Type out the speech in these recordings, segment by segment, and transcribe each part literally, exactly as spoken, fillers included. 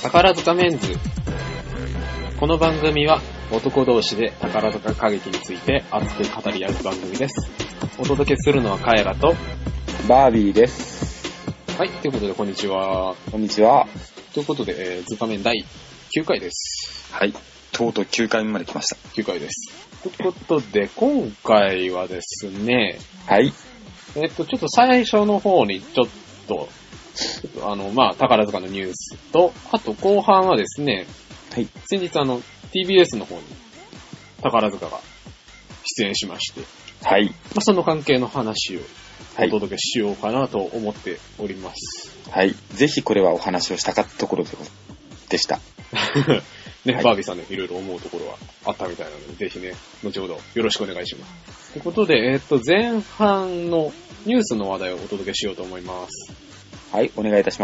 宝塚メンズ。この番組は男同士で宝塚歌劇について熱く語り合う番組です。お届けするのはカエラとバービーです。 はい、ということでこんにちは。 こんにちは。 ということで、えー、図鑑面だいきゅうかいです。 はい、とうとうきゅうかいめまで来ました。 きゅうかいです。ということで今回はですね、 はい。 えっとちょっと最初の方にちょっとちょっとあのまあ宝塚のニュースと、あと後半はですね、 はい。 先日あの ティービーエス の方に宝塚が出演しまして、 はい。 まあ、その関係の話をおはい届けしようかなと思っております。 はい。ぜひこれはお話をしたかったところででした。 ね、 はい、 バービーさんね、いろいろ思うところはあったみたいなので、ぜひね、後ほどよろしくお願いします。ということで、えっと、前半のニュースの話題をお届けしようと思います。 はい、お願いいたします。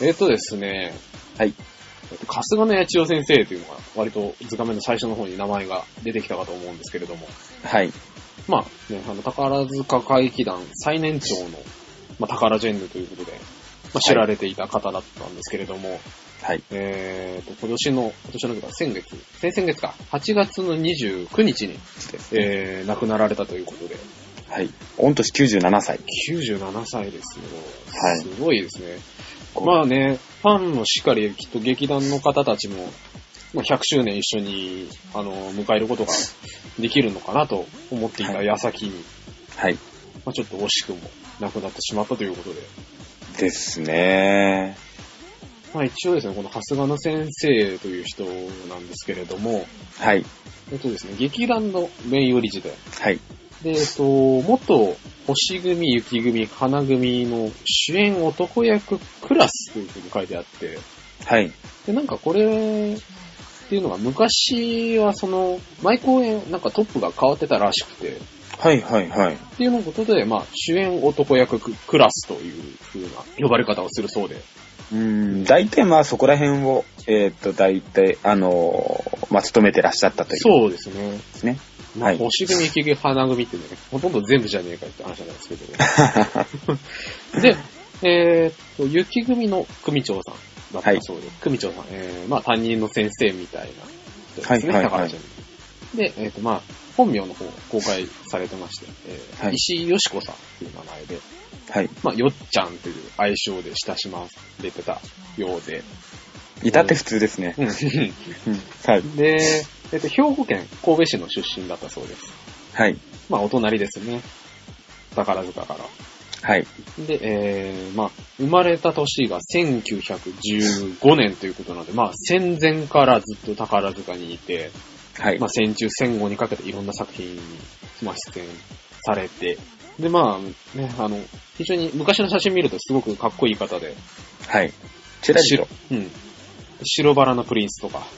えっとですね、 はい。 春日野八千代先生というのが、割と図鑑面の最初の方に名前が出てきたかと思うんですけれども、 はい。 まあ、ね、あの、宝塚歌劇団最年長の、まあ、宝ジェンヌということで、まあ、知られていた方だったんですけれども、 はい。 えーと、今年の、今年のというか先月、先々月か、はちがつのにじゅうくにちに、えー、亡くなられたということで。 はい。御年きゅうじゅうななさい。 きゅうじゅうななさいですよ。 はい。 すごいですね。まあね、ファンもしっかり、きっと劇団の方たちも、まあ、ひゃくしゅうねん一緒に、あの、迎えることができるのかなと思っていた矢先に、 はい。 まあ、ちょっと惜しくも亡くなってしまったということで。 ですね。 まあ一応ですね、この春日野先生という人なんですけれども、 はい。 えっとですね、劇団の名誉理事で、 はい。 で、えっと、元星組、雪組、花組の主演男役クラスというふうに書いてあって、 はい。 で、なんかこれっていうのが昔はその、毎公演なんかトップが変わってたらしくて、 はいはいはい。 っていうのことで、まあ主演男役クラスというふうな呼ばれ方をするそうで、 うーん、大体まあそこら辺を、えー、っと、大体、あのー、まあ、務めてらっしゃったという。 そうですね。 ですね。 まあ、はい、星組、雪組、花組ってね、ほとんど全部じゃねえかって話なんですけど。で、えー、っと、雪組の組長さんだったそうで、はい、組長さん、えー、まあ担任の先生みたいな人ですね、はいはいはい、で、えー、っと、まあ、本名の方公開されてまして、えーはい、石井よしこさんっていう名前で、はい。まあ、よっちゃんという愛称で親しまれてたようで。 いたって普通ですね。うん。 はい。で、えっと、兵庫県神戸市の出身だったそうです。はい。まあ、お隣ですね。宝塚から。はい。で、えー、まあ、生まれた年がせんきゅうひゃくじゅうごねんということなので、まあ、戦前からずっと宝塚にいて、はい。まあ、戦中戦後にかけていろんな作品に、まあ、出演されて、で、まあ、ね、あの、非常に昔の写真見るとすごくかっこいい方で。はい。 チラリと。 うん。白バラのプリンスとか。はい。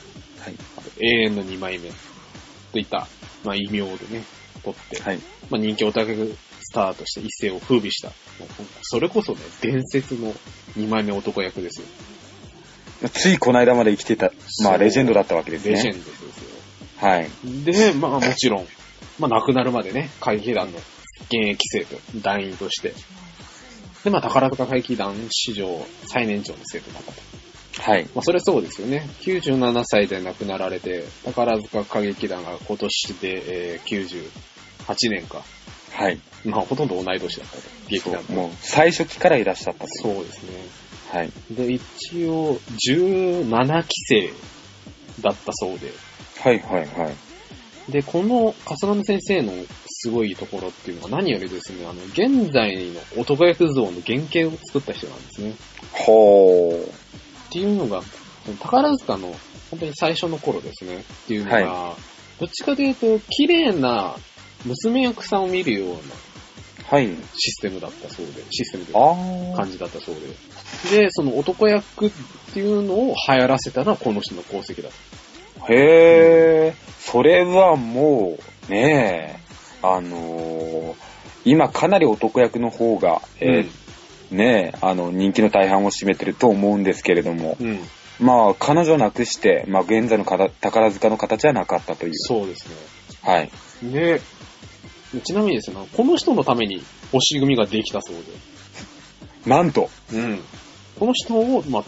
あと永遠のにまいめ。といった、まあ、異名でね、取って。はい。まあ、人気オタクスターとして一世を風靡した。それこそね、伝説のにまいめ男役ですよ。 ついこの間まで生きてた、まあ、レジェンドだったわけですね。 レジェンドですよ。 はい。 で、まあ、もちろん、まあ、亡くなるまでね、歌劇団の現役生徒、団員として。で、まあ、宝塚歌劇団史上最年長の生徒だったと。はい。まあ、それそうですよね。きゅうじゅうななさいで亡くなられて、宝塚歌劇団が今年で、えー、きゅうじゅうはちねんか。はい。まあ、ほとんど同い年だったと。劇団もう、最初期からいらっしゃったと。 そうですね。はい。で、一応、じゅうななきせいだったそうで。 はいはいはい。 で、この春日野先生のすごいところっていうのは何よりですね、あの、現在の男役像の原型を作った人なんですね。 ほー。 っていうのが、宝塚の本当に最初の頃ですね。っていうのが、はい、どっちかというと、綺麗な娘役さんを見るような、はい。システムだったそうで、システムという感じだったそうで。で、その男役っていうのを流行らせたのはこの人の功績だと。 へー、うん、それはもう、ねえ、あのー、今かなり男役の方が、えーうん、ねえ、あの、人気の大半を占めてると思うんですけれども、うん、まあ、彼女を亡くして、まあ、現在の宝塚の形はなかったという。 そうですね。 はい。 で、ちなみにですね、この人のために星組ができたそうで。 なんと。 うん。この人を、まあ、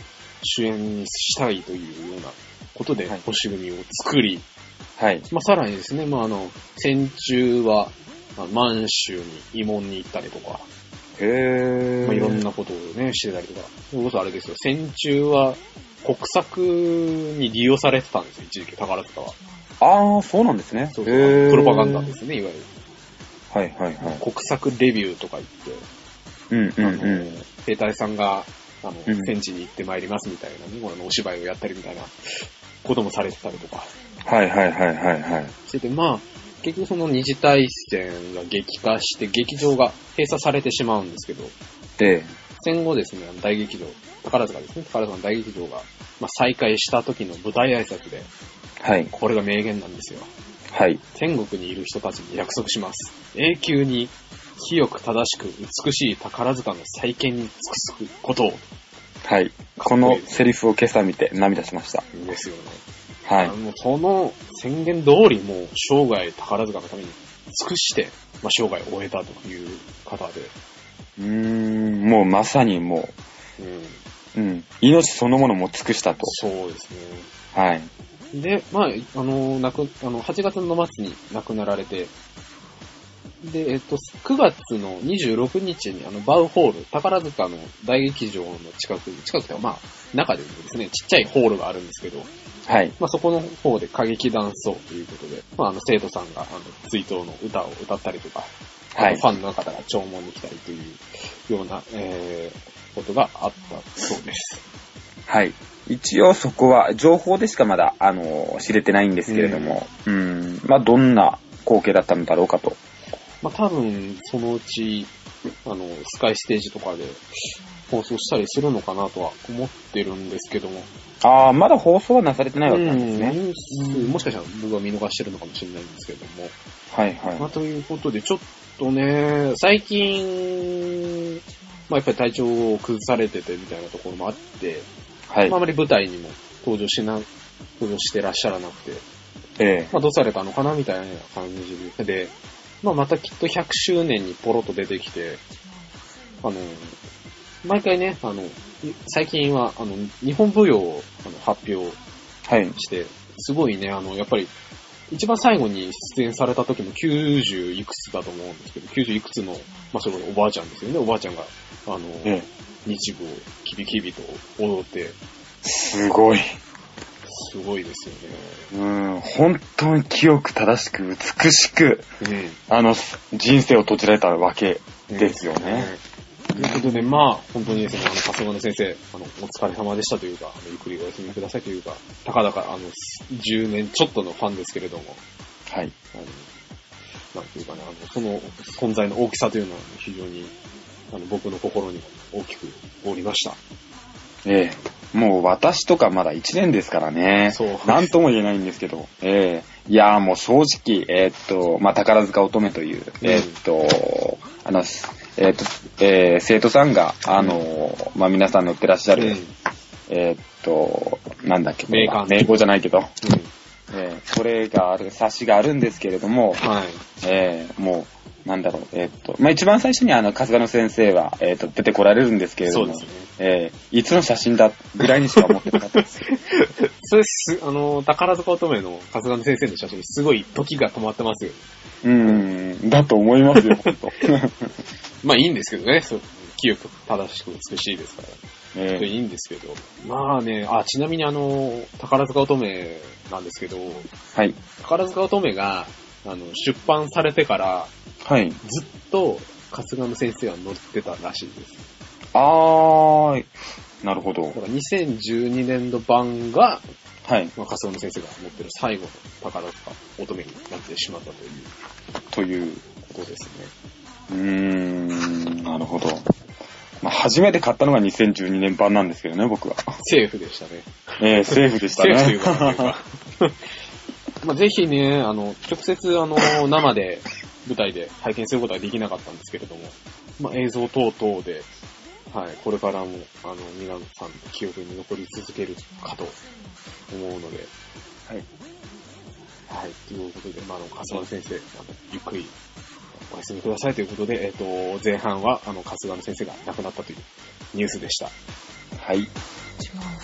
主演にしたいというようなことで、星組を作り、 はい。 まあ、さらにですね、まあ、あの、戦中は、まあ、満州に慰問に行ったりとか、 へー。 まあ、いろんなことをね、してたりとか、それこそあれですよ、戦中は国策に利用されてたんですよ、一時期宝塚は。 あー、そうなんですね。 そうそう、プロパガンダですね、いわゆる。 はいはいはい。 国策レビューとか言って、 うんうんうん。 兵隊さんが、あの、うん、戦地に行ってまいりますみたいなね、このお芝居をやったりみたいなこともされてたりとか。 はいはいはいはいはい。 してて、まあ、結局その二次大戦が激化して劇場が閉鎖されてしまうんですけど、 で、 戦後ですね、大劇場、宝塚ですね、宝塚の大劇場が、まあ、再開した時の舞台挨拶で、 はい。 これが名言なんですよ。 はい。 天国にいる人たちに約束します。永久に清く正しく美しい宝塚の再建に尽くすことを。 はい。このセリフを今朝見て涙しました。 ですよね。 はい。 もうその宣言通りもう生涯宝塚のために尽くして、まあ、生涯を終えたという方で。 うーん、もうまさにもう、うん、うん、命そのものも尽くしたと。 そうですね。 はい。 で、まあ、あの、亡く、あの、はちがつの末に亡くなられて、で、えっと、くがつのにじゅうろくにちにあの、バウホール、宝塚の大劇場の近くに、近くてはまあ、中でですね、ちっちゃいホールがあるんですけど、 はい。 まあそこの方で歌劇団奏ということで、まああの、生徒さんがあの、追悼の歌を歌ったりとか、はい。ファンの方が弔問に来たりというような、えー、ことがあったそうです。 はい。一応そこは情報でしかまだ、あの、知れてないんですけれども、うん、うんまあどんな光景だったのだろうかと。 まあ多分、そのうち、あの、スカイステージとかで放送したりするのかなとは思ってるんですけども。 ああ、まだ放送はなされてないわけなんですね。 うん、もしかしたら僕は見逃してるのかもしれないんですけども。 はいはい。 まあということで、ちょっとね、最近、まあやっぱり体調を崩されててみたいなところもあって、はい。まああまり舞台にも登場しな、登場してらっしゃらなくて、ええ。まあどうされたのかなみたいな感じで、まあまたきっとひゃくしゅうねんにポロッと出てきて、あの、毎回ね、あの、最近は、あの、日本舞踊をあの発表して、はい、すごいね、あの、やっぱり、一番最後に出演された時もきゅうじゅういくつだと思うんですけど、きゅうじゅういくつの、まあそれおばあちゃんですよね、おばあちゃんが、あの、うん、日舞をキビキビと踊って。 すごい。 すごいですよね。うん、本当に清く正しく美しく、うん、あの、人生を閉じられたわけですよね。 うん、ということで、まあ、本当にですね、あの、笠間先生、あの、お疲れ様でしたというか、あのゆっくりお休みくださいというか、たかだか、あの、じゅうねんちょっとのファンですけれども、はい。あの、なんていうかね、あの、その存在の大きさというのは、非常に、あの、僕の心に大きくおりました。 ええ。もう私とかまだいちねんですからね。そう。なんとも言えないんですけど。ええ。いやーもう正直、えー、っと、まあ、宝塚乙女という、うん、えー、っと、あの、えー、っと、えー、生徒さんが、あの、うん、まあ、皆さん乗ってらっしゃる、うん、えー、っと、なんだっけ、 名鑑。 名簿じゃないけど、うん、えー、それがある、冊子があるんですけれども、はい。えー、もう、なんだろう、えー、っと、まあ、一番最初にあの、春日野先生は、えー、っと、出てこられるんですけれども、そうですね。えー、いつの写真だぐらいにしか思ってなかったです。 それす、あの、宝塚乙女の春日野先生の写真にすごい時が止まってますよ。 うーん、だと思いますよ、ほんと。 まあいいんですけどね、そう、清く正しく美しいですから。えー、いいんですけど。まあね、あ、ちなみにあの、宝塚乙女なんですけど、はい。宝塚乙女が、あの、出版されてから、はい。ずっと、春日野先生は載ってたらしいです。 あー、なるほど。だからにせんじゅうにねんど版が、はい。まあ、春日野先生が載ってる最後の宝塚乙女になってしまったという。 ということですね。 うーん、なるほど。まあ、初めて買ったのがにせんじゅうにねん版なんですけどね、僕は。 セーフでしたね。 えー、セーフでしたね。 セーフというか、というか。まあ、ぜひね、あの、直接、あの、生で、舞台で拝見することはできなかったんですけれども、まあ、映像等々で、はい、これからも、あの、皆さんの記憶に残り続けるかと思うので、はい。はい、ということで、まあ、あの、春日野先生、あの、ゆっくりお休みくださいということで、えっと、前半は、あの、春日野先生が亡くなったというニュースでした。 はい。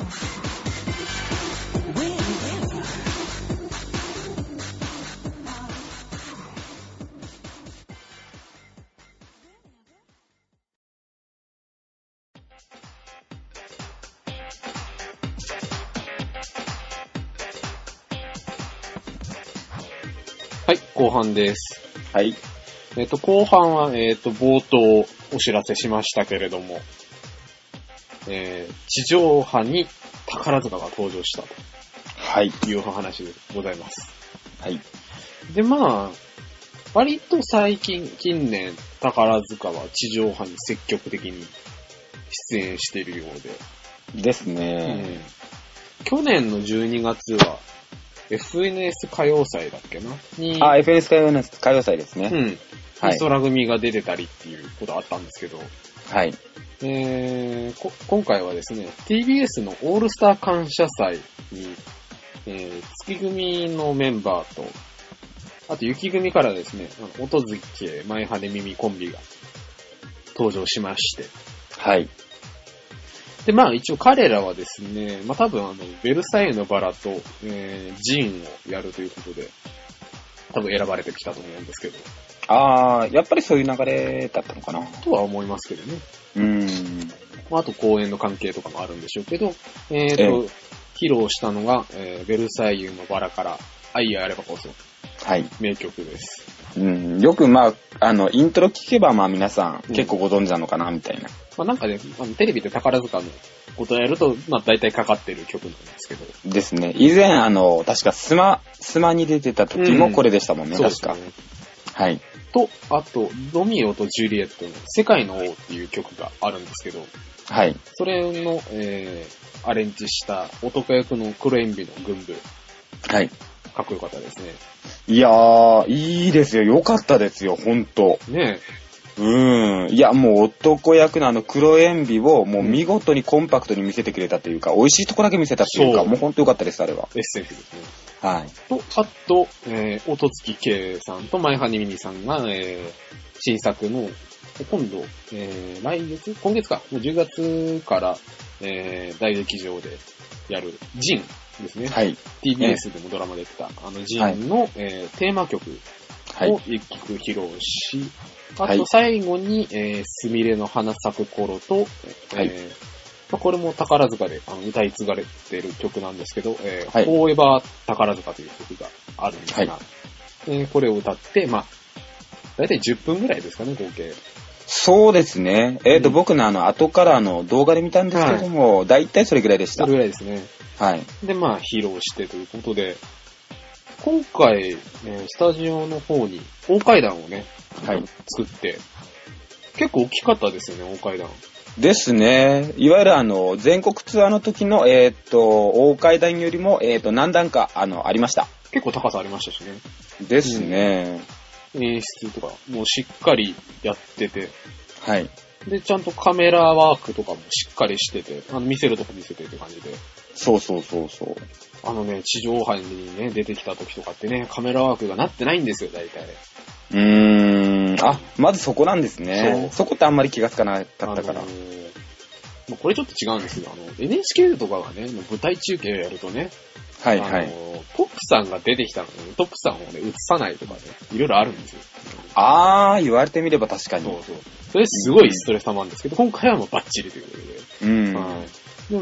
はい、後半です。 はい。 えっと、後半は、えっと、冒頭お知らせしましたけれども、えー、地上波に宝塚が登場したと。 はい。 いう話でございます。 はい。 で、まあ、割と最近、近年、宝塚は地上波に積極的に出演しているようで。ですね、 うん。去年のじゅうにがつは、エフエヌエス 歌謡祭だっけなに。 あ、エフエヌエス 歌謡、歌謡祭ですね。 うん。はい。空組が出てたりっていうことあったんですけど。 はい。 えー、こ今回はですね、ティービーエス のオールスター感謝祭に、えー、月組のメンバーと、あと雪組からですね、音月系前羽耳コンビが登場しまして。 はい。 で、まあ一応彼らはですね、まあ多分あの、ベルサイユのバラと、えー、ジーンをやるということで、多分選ばれてきたと思うんですけど。 ああ、やっぱりそういう流れだったのかな。 とは思いますけどね。 うーん。 まああと公演の関係とかもあるんでしょうけど、えーと、えー、披露したのが、えー、ベルサイユのバラから愛やあればこそ。 はい。 名曲です。 うん、よくまあ、あの、イントロ聞けばまあ皆さん結構ご存知なのかな、みたいな。 まあなんかね、あのテレビで宝塚のことをやると、まあ大体かかってる曲なんですけど。 ですね。以前あの、確かスマ、スマに出てた時もこれでしたもんね、うん、確か。そうですね。はい。 と、あと、ロミオとジュリエットの世界の王っていう曲があるんですけど。 はい。 それの、えー、アレンジした男役の黒エンビの軍部。 はい。 かっこよかったですね。 いやー、いいですよ。よかったですよ、ほんと。 ねえ。うん。いや、もう男役のあの黒エンビをもう見事にコンパクトに見せてくれたというか、美味しいとこだけ見せたっていうか、もうほんとよかったです、あれは。 エッセンスですね。 はい。 と、あと、えー、音月圭さんと前羽ミニさんが、えー、新作の、今度、えー、来月今月か。もうじゅうがつから、えー、大劇場でやる、ジンですね。 はい。 ティービーエス でもドラマで出た、あの、ジンの、はい、えー、テーマ曲を一曲披露し、はい、あと最後に、えー、スミレの花咲く頃と、えー、はいまあ、これも宝塚であの歌い継がれてる曲なんですけど、えーはい、フォーエバー宝塚という曲があるんですが、はいえー、これを歌って、まあ、だいたいじゅっぷんぐらいですかね、合計。 そうですね。えっ、ー、と、うん、僕のあの、後からの動画で見たんですけども、はい、だいたいそれぐらいでした。 それぐらいですね。 はい。 で、まあ、披露してということで、今回、えー、スタジオの方に大階段をね、はい、作って、結構大きかったですよね、大階段。 ですね。いわゆるあの、全国ツアーの時の、えっ、ー、と、大階段よりも、えっ、ー、と、何段か、あの、ありました。 結構高さありましたしね。 ですね。 うん、演出とか、もうしっかりやってて。 はい。 で、ちゃんとカメラワークとかもしっかりしてて、あの、見せるとこ見せてって感じで。 そうそうそうそう。 あのね、地上波にね、出てきた時とかってね、カメラワークがなってないんですよ、大体。 うーん。あ、まずそこなんですね。そ, そこってあんまり気がつかなかったから。あのー、 もうこれちょっと違うんですけど、あの、エヌエイチケー とかがね、舞台中継をやるとね、 はいはい。あのー、トップさんが出てきたのに、トップさんをね、映さないとかね、いろいろあるんですよ。 あー、言われてみれば確かに。 そうそう。それすごいストレス溜まるんですけど、今回はもうバッチリということで。 うん。はい、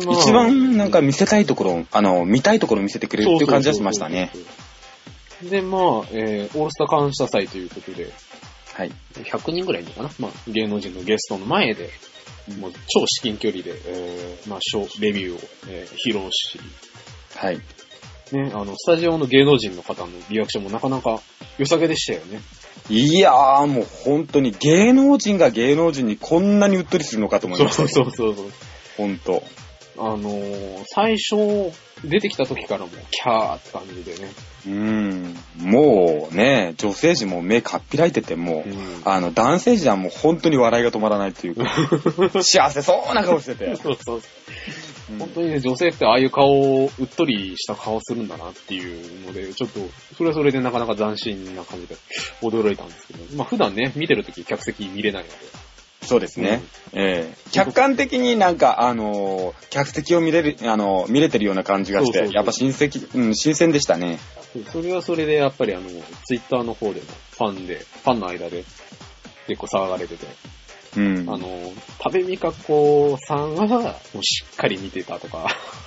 まあ、一番なんか見せたいところ、あの、見たいところ見せてくれるっていう感じはしましたね。 で、まあ、えー、オールスター感謝祭ということで、 はい。 ひゃくにんぐらいいるのかな、まあ、芸能人のゲストの前で、もう超至近距離で、えー、まあ、ショー、レビューを、えー、披露し、 はい。 ね、あの、スタジオの芸能人の方のリアクションもなかなか良さげでしたよね。 いやー、もう本当に芸能人が芸能人にこんなにうっとりするのかと思いました。 そうそうそうそう。 本当。 あのー、最初出てきた時からもキャーって感じでね。 うーん。もうね、女性陣も目かっぴらいてても、うん、あの、男性陣はもう本当に笑いが止まらないっていうか、幸せそうな顔してて。 そうそう。うん、本当にね、女性ってああいう顔を、うっとりした顔するんだなっていうので、ちょっと、それはそれでなかなか斬新な感じで驚いたんですけど、まあ普段ね、見てるとき客席見れないので。 そうですね。うん、えー、客観的になんか、あのー、客席を見れる、あのー、見れてるような感じがして、そうそうそう、やっぱ新鮮、うん、新鮮でしたね。 それはそれで、やっぱりあの、ツイッターの方でも、ファンで、ファンの間で、結構騒がれてて、うん。あの、多部未華子さんは、もうしっかり見てたとか、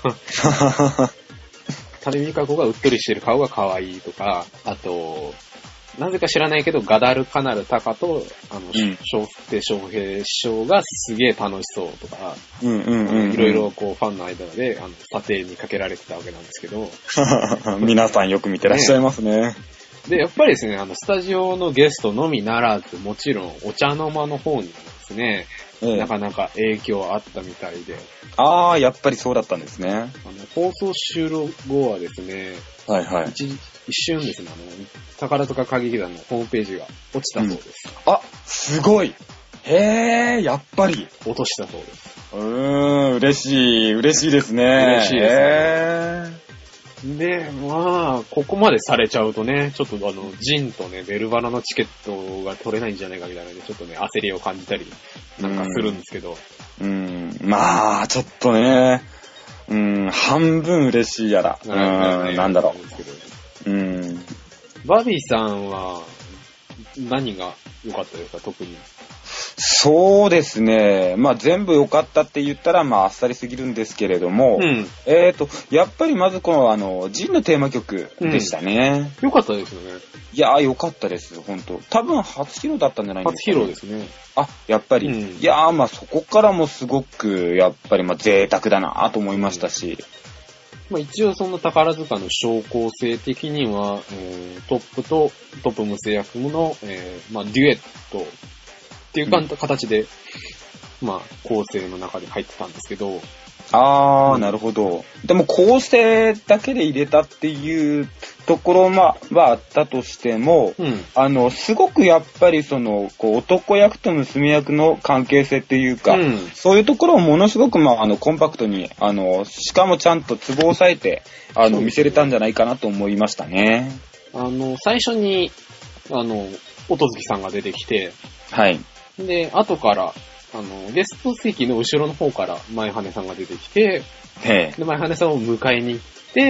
多部未華子がうっとりしてる顔が可愛いとか、あと、なぜか知らないけど、ガダルカナルタカと、あの、笑福亭笑瓶師匠がすげえ楽しそうとか、うんうんうんうん、いろいろこう、ファンの間で、あの、査定にかけられてたわけなんですけど。 皆さんよく見てらっしゃいますね。ねで、やっぱりですね、あの、スタジオのゲストのみならず、もちろん、お茶の間の方にもですね、ええ、なかなか影響あったみたいで。 ああ、やっぱりそうだったんですね。あの、 放送終了後はですね、はいはい。一, 一瞬ですね、あの、宝塚歌劇団のホームページが落ちたそうです。 うん、あ、すごい。へえ、やっぱり。 落としたそうです。 うーん、嬉しい、嬉しいですね。 嬉しいですね。へー。で、まあ、ここまでされちゃうとね、ちょっとあの、ジンとね、ベルバラのチケットが取れないんじゃないかみたいなね、ちょっとね、焦りを感じたりなんかするんですけど。 うーん、まあ、ちょっとね、うーん、半分嬉しいやら。うーん、なんだろう。うーん。 バビーさんは、何が良かったですか、特に。 そうですね。まあ全部良かったって言ったらまああっさりすぎるんですけれども、うん、えっと、やっぱりまずこのあの、ジンのテーマ曲でしたね。 良、うん、かったですよね。 いやー良かったです、本当。多分初披露だったんじゃないですか、 ね。初披露ですね。 あ、やっぱり。うん、いやーまあそこからもすごく、やっぱりまあ贅沢だなと思いましたし。うん、 まあ、一応その宝塚の昇降性的には、えー、トップとトップ無声役の、えー、まあデュエットっていうか、うん、形で、まあ構成の中で入ってたんですけど。 あー、うん、なるほど。でも構成だけで入れたっていうところはあったとしても、うん、あの、すごくやっぱりその、こう男役と娘役の関係性っていうか、うん、そういうところをものすごくまあ、あの、コンパクトに、あの、しかもちゃんとツボを押さえて、あの、見せれたんじゃないかなと思いましたね。 あの、最初に、あの、音月さんが出てきて、はい。で、後から、あの、ゲスト席の後ろの方から前羽さんが出てきて、で、前羽さんを迎えに行って、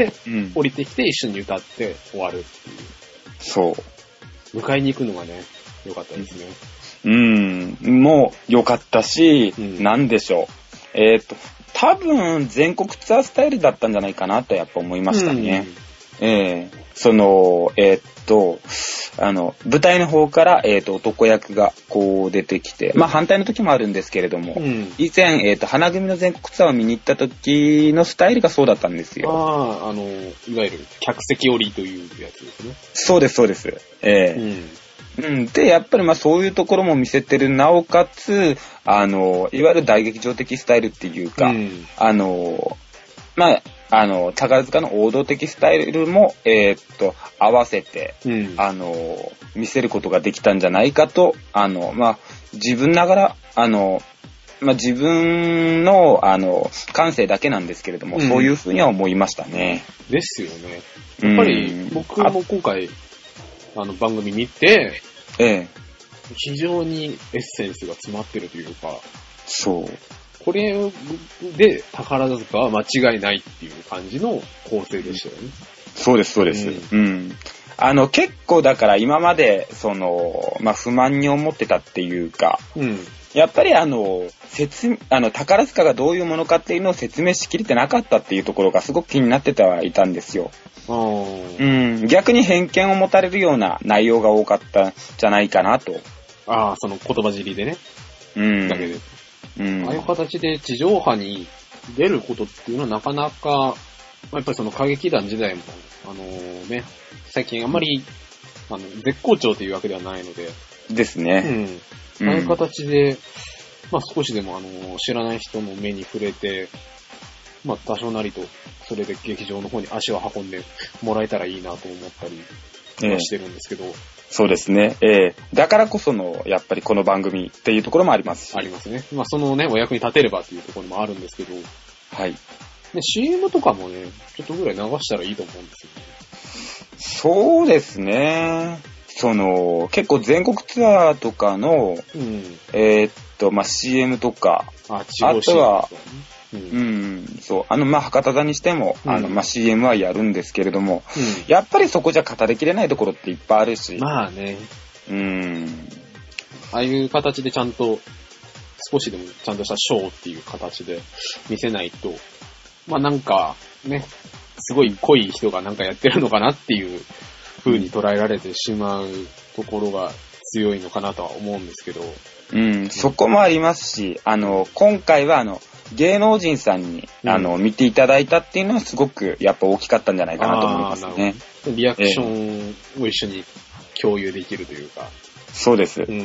うん、降りてきて一緒に歌って終わるっていう。 そう。 迎えに行くのがね、良かったですね。 うん、もう良かったし、うん、なんでしょう。えっと、多分全国ツアースタイルだったんじゃないかなとやっぱ思いましたね。うん、えー、その、えー、っと、あの、舞台の方から、えっと、男役がこう出てきて、まあ反対の時もあるんですけれども、うん、以前、えっと、花組の全国ツアーを見に行った時のスタイルがそうだったんですよ。 ああ、あの、いわゆる客席折りというやつですね。 そうです、そうです。えーうんうん。で、やっぱりまあそういうところも見せてる、なおかつ、あの、いわゆる大劇場的スタイルっていうか、うん、あの、まあ、あの、宝塚の王道的スタイルも、えー、っと、合わせて、うん、あの、見せることができたんじゃないかと、あの、まあ、自分ながら、あの、まあ、自分の、あの、感性だけなんですけれども、うん、そういうふうには思いましたね。 ですよね。やっぱり、僕も今回、あの、番組見て、ええ、非常にエッセンスが詰まってるというか、そう。これで宝塚は間違いないっていう感じの構成でしたよね。 そうです、そうです。うん。うん、あの、結構だから今まで、その、まあ、不満に思ってたっていうか、うん、やっぱりあの、説、あの、宝塚がどういうものかっていうのを説明しきれてなかったっていうところがすごく気になってはいたんですよ。うん、逆に偏見を持たれるような内容が多かったんじゃないかなと。 ああ、その言葉尻でね。うん。だけで。うん。ああいう形で地上波に出ることっていうのはなかなか、やっぱりその歌劇団時代も、あのー、ね、最近あんまり、あの、絶好調というわけではないので。 ですね。 うん。ああいう形で、まあ少しでもあのー、知らない人の目に触れて、まあ多少なりと、それで劇場の方に足を運んでもらえたらいいなと思ったりはしてるんですけど。えー、 そうですね。ええー。だからこその、やっぱりこの番組っていうところもありますし。 ありますね。まあそのね、お役に立てればっていうところもあるんですけど。はい。で、シーエム とかもね、ちょっとぐらい流したらいいと思うんですよね。 そうですね。 その、結構全国ツアーとかの、うん、えー、っと、まあ、シーエム とか、あ, あとは、うん、うん、そう、あの、まあ、博多座にしても、うん、あの、まあ、シーエム はやるんですけれども、うん、やっぱりそこじゃ語りきれないところっていっぱいあるし。 まあね。 うん。 ああいう形でちゃんと、少しでもちゃんとしたショーっていう形で見せないと、まあなんか、ね、すごい濃い人がなんかやってるのかなっていう風に捉えられてしまうところが強いのかなとは思うんですけど。 うん、うん、そこもありますし、あの、今回はあの、芸能人さんに、うん、あの、見ていただいたっていうのはすごくやっぱ大きかったんじゃないかなと思いますね。 リアクションを一緒に共有できるというか。 えー、そうです。うん。うん、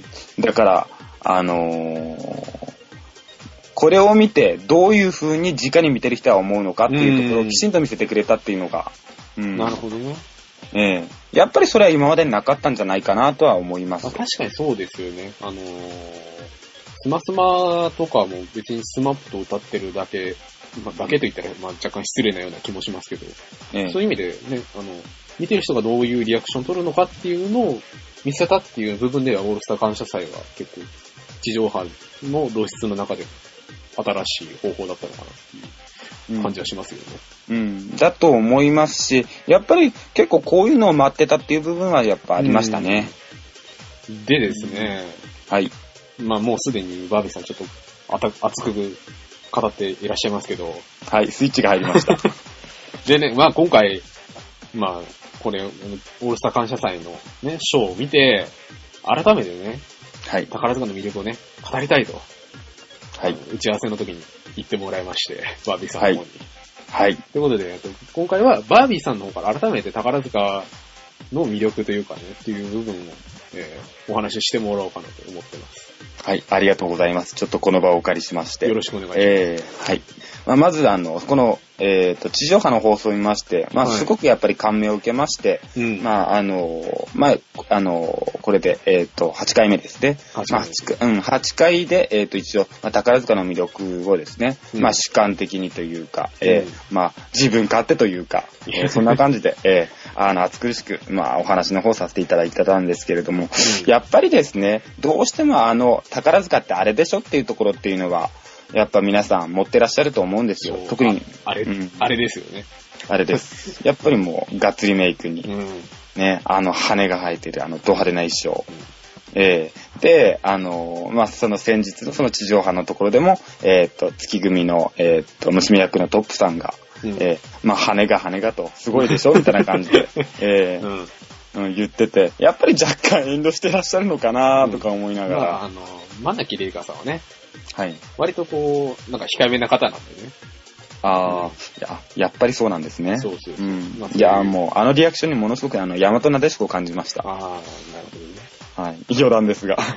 だから、あのー、これを見てどういう風に直に見てる人は思うのかっていうところをきちんと見せてくれたっていうのが。 うん、なるほどね。 ええー、やっぱりそれは今までになかったんじゃないかなとは思います。 確かにそうですよね。あのー、スマスマとかも別にスマップと歌ってるだけ、まあ、だけと言ったら、まあ、若干失礼なような気もしますけど、ええ、そういう意味でね、あの、見てる人がどういうリアクションを取るのかっていうのを見せたっていう部分では、オールスター感謝祭は結構、地上波の露出の中で新しい方法だったのかなっていう感じはしますよね。 うん、うん、だと思いますし、やっぱり結構こういうのを待ってたっていう部分はやっぱありましたね。 うん、でですね、 はい。 まあもうすでにバービーさんちょっとあた熱く語っていらっしゃいますけど、 はい、スイッチが入りました。 でね、まあ今回、まあこれオールスター感謝祭のねショーを見て改めてね、はい、宝塚の魅力をね語りたいと。はい、打ち合わせの時に言ってもらいまして、バービーさんの方に。はい。ということで、今回はバービーさんの方から改めて宝塚の魅力というかね、っていう部分を、えー、お話ししてもらおうかなと思ってます。 はい、ありがとうございます。ちょっとこの場をお借りしまして。 よろしくお願いします。 えー、はい。まあ、まず、あの、この、えっと、地上波の放送を見まして、まあ、すごくやっぱり感銘を受けまして、はい、まあ、あの、まあ、あの、これで、えっと、はちかいめですね。はちかい。まあ、うん、はちかいで、えっと、一応、まあ、宝塚の魅力をですね、うん、まあ、主観的にというか、うん、えー、まあ、自分勝手というか、えー、そんな感じで、えー、あの、暑苦しく、まあ、お話の方させていただいたんですけれども、うん、やっぱりですね、どうしてもあの、宝塚ってあれでしょっていうところっていうのは、やっぱ皆さん持ってらっしゃると思うんですよ。特に。 あれ、うん、あれですよね。 あれです。やっぱりもう、がっつりメイクに、うん、ね、あの、羽が生えてる、あの、ド派手な衣装。うん、えー、で、あの、まあ、その先日のその地上波のところでも、えっと、月組の、えっと、娘役のトップさんが、うん、えー、まあ、羽が羽がと、すごいでしょみたいな感じで、えーうんうん、言ってて、やっぱり若干遠慮してらっしゃるのかなとか思いながら。うん、まあ、あの、真木玲香さんはね、 はい。 割とこう、なんか控えめな方なんでね。 ああ、うん、や、やっぱりそうなんですね。そうそうそう。うん。まあ、そういういや、もう、あのリアクションにものすごく、あの、大和なでしこを感じました。 ああ、なるほどね。 はい。余談ですが。はい。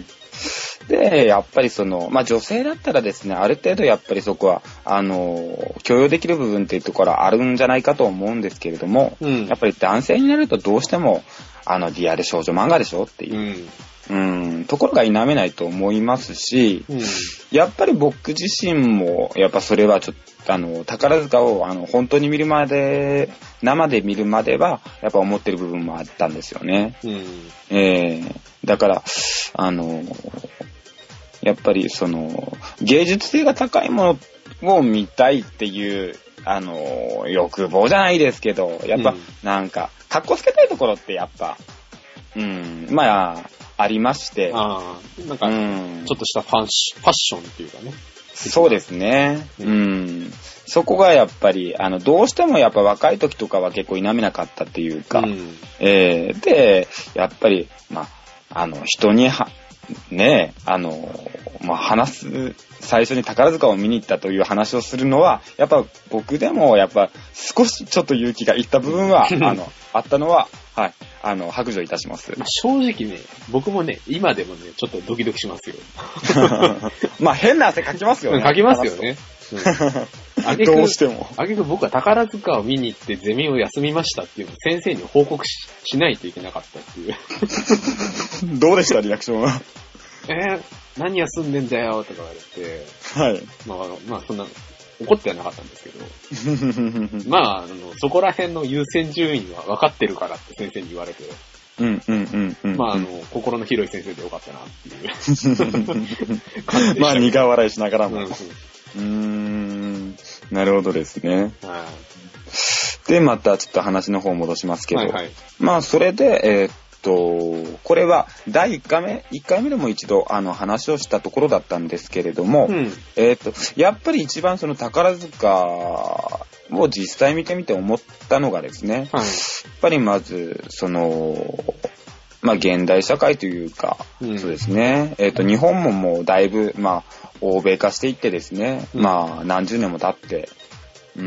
で、やっぱりその、まあ、女性だったらですね、ある程度やっぱりそこは、あの、許容できる部分っていうところはあるんじゃないかと思うんですけれども、うん、やっぱり男性になるとどうしても、あの、リアル少女漫画でしょっていう。うんうん、ところが否めないと思いますし、うん、やっぱり僕自身も、やっぱそれはちょっと、あの、宝塚を、あの、本当に見るまで、生で見るまでは、やっぱ思ってる部分もあったんですよね。うん、えー、だから、あの、やっぱりその、芸術性が高いものを見たいっていう、あの、欲望じゃないですけど、やっぱ、なんか、かっこつけたいところってやっぱ、うん、まあ、ありまして。 ああ、なんか、ちょっとしたファンシ、ファッションっていうかね。 そうですね。うん。うん、そこがやっぱり、あの、どうしてもやっぱ若い時とかは結構否めなかったっていうか、うん、えー、で、やっぱり、まあ、あの、人には、ねえ、あの、まあ、話す、最初に宝塚を見に行ったという話をするのは、やっぱ僕でもやっぱ少しちょっと勇気がいった部分は、あの、あったのは、はい、あの、白状いたします。 まあ、正直ね、僕もね、今でもね、ちょっとドキドキしますよ。 まあ、変な汗かきますよね。 かきますよね。 うん、どうしても。 あげく僕は宝塚を見に行ってゼミを休みましたっていうのを先生に報告 し, しないといけなかったっていう。 どうでしたリアクションは。 えー、何休んでんだよとか言われて。はい。まあ、まあ、そんな、 怒ってはなかったんですけど、まあ、あの、そこら辺の優先順位は分かってるからって先生に言われて、 うんうんうんうん。 まあ、あの、心の広い先生でよかったなっていう感じで。 まあ、苦笑いしながらも。うん、うん、うーん、なるほどですね。はい。で、またちょっと話の方戻しますけど、はいはい、まあ、それで、えー、っと、これはだいいっかいめ、いっかいめでも一度あの話をしたところだったんですけれども、うん、えー、っと、やっぱり一番その宝塚を実際見てみて思ったのがですね、はい、やっぱりまず、その、まあ現代社会というか、うん、そうですね、えー、っと、日本ももうだいぶ、まあ、欧米化していってですね、うん、まあ何十年も経って、うん、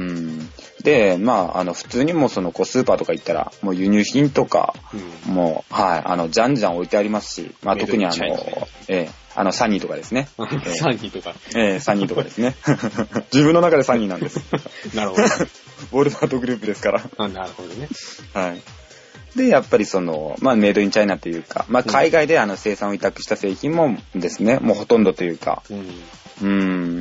で、まあ、あの、普通にもその、こう、スーパーとか行ったら、もう輸入品とか、うん、もう、はい、あの、じゃんじゃん置いてありますし、まあ、特にあの、ええ、あの、サニーとかですね。 サニーとか。 ええ、サニーとかですね。自分の中でサニーなんです。 なるほど。ウォルマートグループですから。 あ、なるほどね。 はい。で、やっぱりその、まあ、メイドインチャイナというか、まあ、海外であの、生産を委託した製品もですね、もうほとんどというか、うんうん、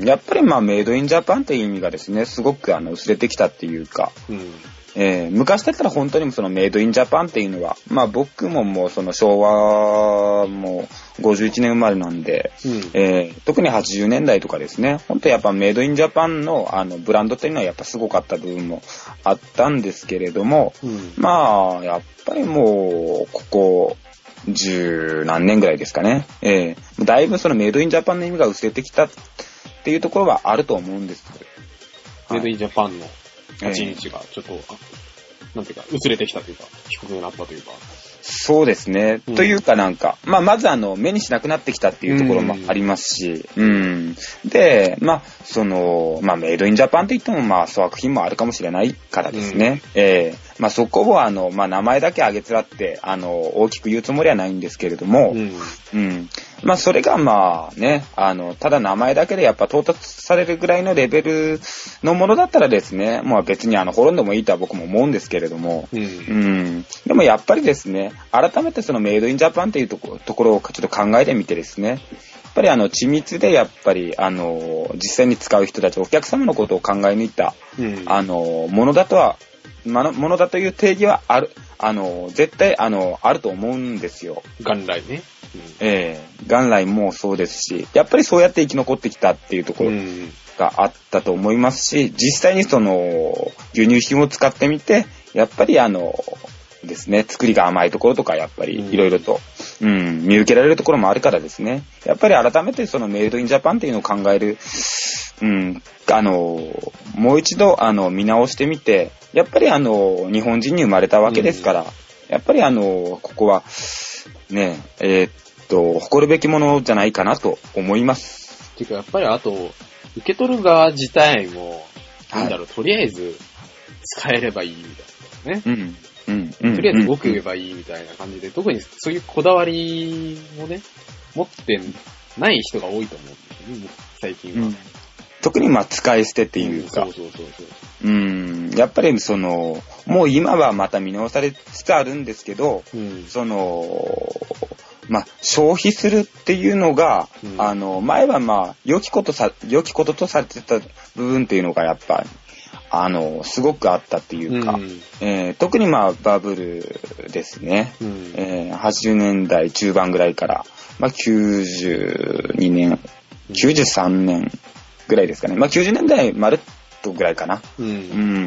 やっぱりまあメイドインジャパンっていう意味がですね、すごくあの薄れてきたっていうか、うんえー、昔だったら本当にそのメイドインジャパンっていうのは、まあ僕ももうその昭和もごじゅういちねん生まれなんで、うんえー、特にはちじゅうねんだいとかですね、本当やっぱメイドインジャパンのあのブランドっていうのはやっぱすごかった部分もあったんですけれども、うん、まあやっぱりもうここ、十何年ぐらいですかね。ええー、だいぶそのメイドインジャパンの意味が薄れてきたっていうところはあると思うんです。 メイドインジャパンの立ち位置がちょっと、えー、なんていうか、薄れてきたというか、低くなったというか。 そうですね。うん、というかなんか、まあまずあの、目にしなくなってきたっていうところもありますし、うん。で、まあ、その、まあメイドインジャパンって言ってもまあ粗悪品もあるかもしれないからですね。うん、ええーまあそこをあの、まあ名前だけ挙げつらって、あの、大きく言うつもりはないんですけれども、うん。うん、まあそれがまあね、あの、ただ名前だけでやっぱ到達されるぐらいのレベルのものだったらですね、まあ別にあの、滅んでもいいとは僕も思うんですけれども、うん。うん、でもやっぱりですね、改めてそのメイドインジャパンっていうところ、ところをちょっと考えてみてですね、やっぱりあの、緻密でやっぱりあの、実際に使う人たち、お客様のことを考え抜いた、うん、あの、ものだとは、ものだという定義はある、あの、絶対、あの、あると思うんですよ。 元来ね。 うん、ええー、元来もそうですし、やっぱりそうやって生き残ってきたっていうところがあったと思いますし、実際にその、輸入品を使ってみて、やっぱりあの、ですね、作りが甘いところとか、やっぱりいろいろと、うん、見受けられるところもあるからですね、やっぱり改めてそのメイドインジャパンっていうのを考える、うん、あの、もう一度、あの、見直してみて、やっぱりあの、日本人に生まれたわけですから、うん、やっぱりあの、ここは、ね、えー、っと、誇るべきものじゃないかなと思います。 ていうか、やっぱりあと、受け取る側自体も、なんだろう、はい、とりあえず、使えればいいみたいなね。うんうんうん、とりあえず動けばいいみたいな感じで、うん、特にそういうこだわりもね、持ってない人が多いと思うんですよね、最近は。うん、 特にまあ使い捨てっていうか、うん、そうそうそうそう。うん、やっぱりその、もう今はまた見直されつつあるんですけど、うん、その、まあ、消費するっていうのが、うん、あの、前はまあ、良きことさ、良きこととされてた部分っていうのがやっぱり、あの、すごくあったっていうか、うんえー、特にまあ、バブルですね、うんえー、はちじゅうねんだい中盤ぐらいから、まあ、きゅうじゅうにねん、きゅうじゅうさんねんぐらいですかね、まあ、きゅうじゅうねんだいまるっとぐらいかな、うんうん、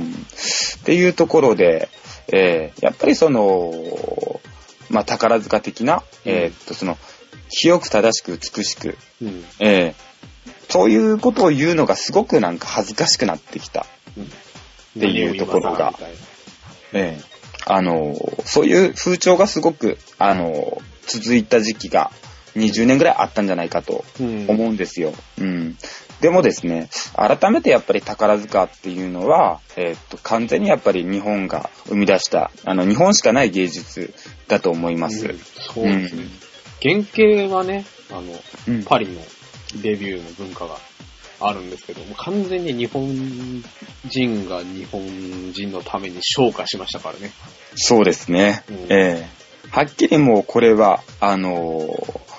っていうところで、えー、やっぱりその、まあ、宝塚的な、うん、えー、っと、その、清く正しく美しく、うんえー、そういうことを言うのがすごくなんか恥ずかしくなってきたっていうところが、えー、あの、そういう風潮がすごく、あの、続いた時期がにじゅうねんぐらいあったんじゃないかと思うんですよ。うん。うん、でもですね、改めてやっぱり宝塚っていうのは、えー、っと、完全にやっぱり日本が生み出した、あの、日本しかない芸術だと思います。うん、 そうですね。うん、原型はね、あの、うん、パリのデビューの文化があるんですけども、完全に日本人が日本人のために昇華しましたからね。 そうですね。うん、えー、はっきりもうこれは、あのー、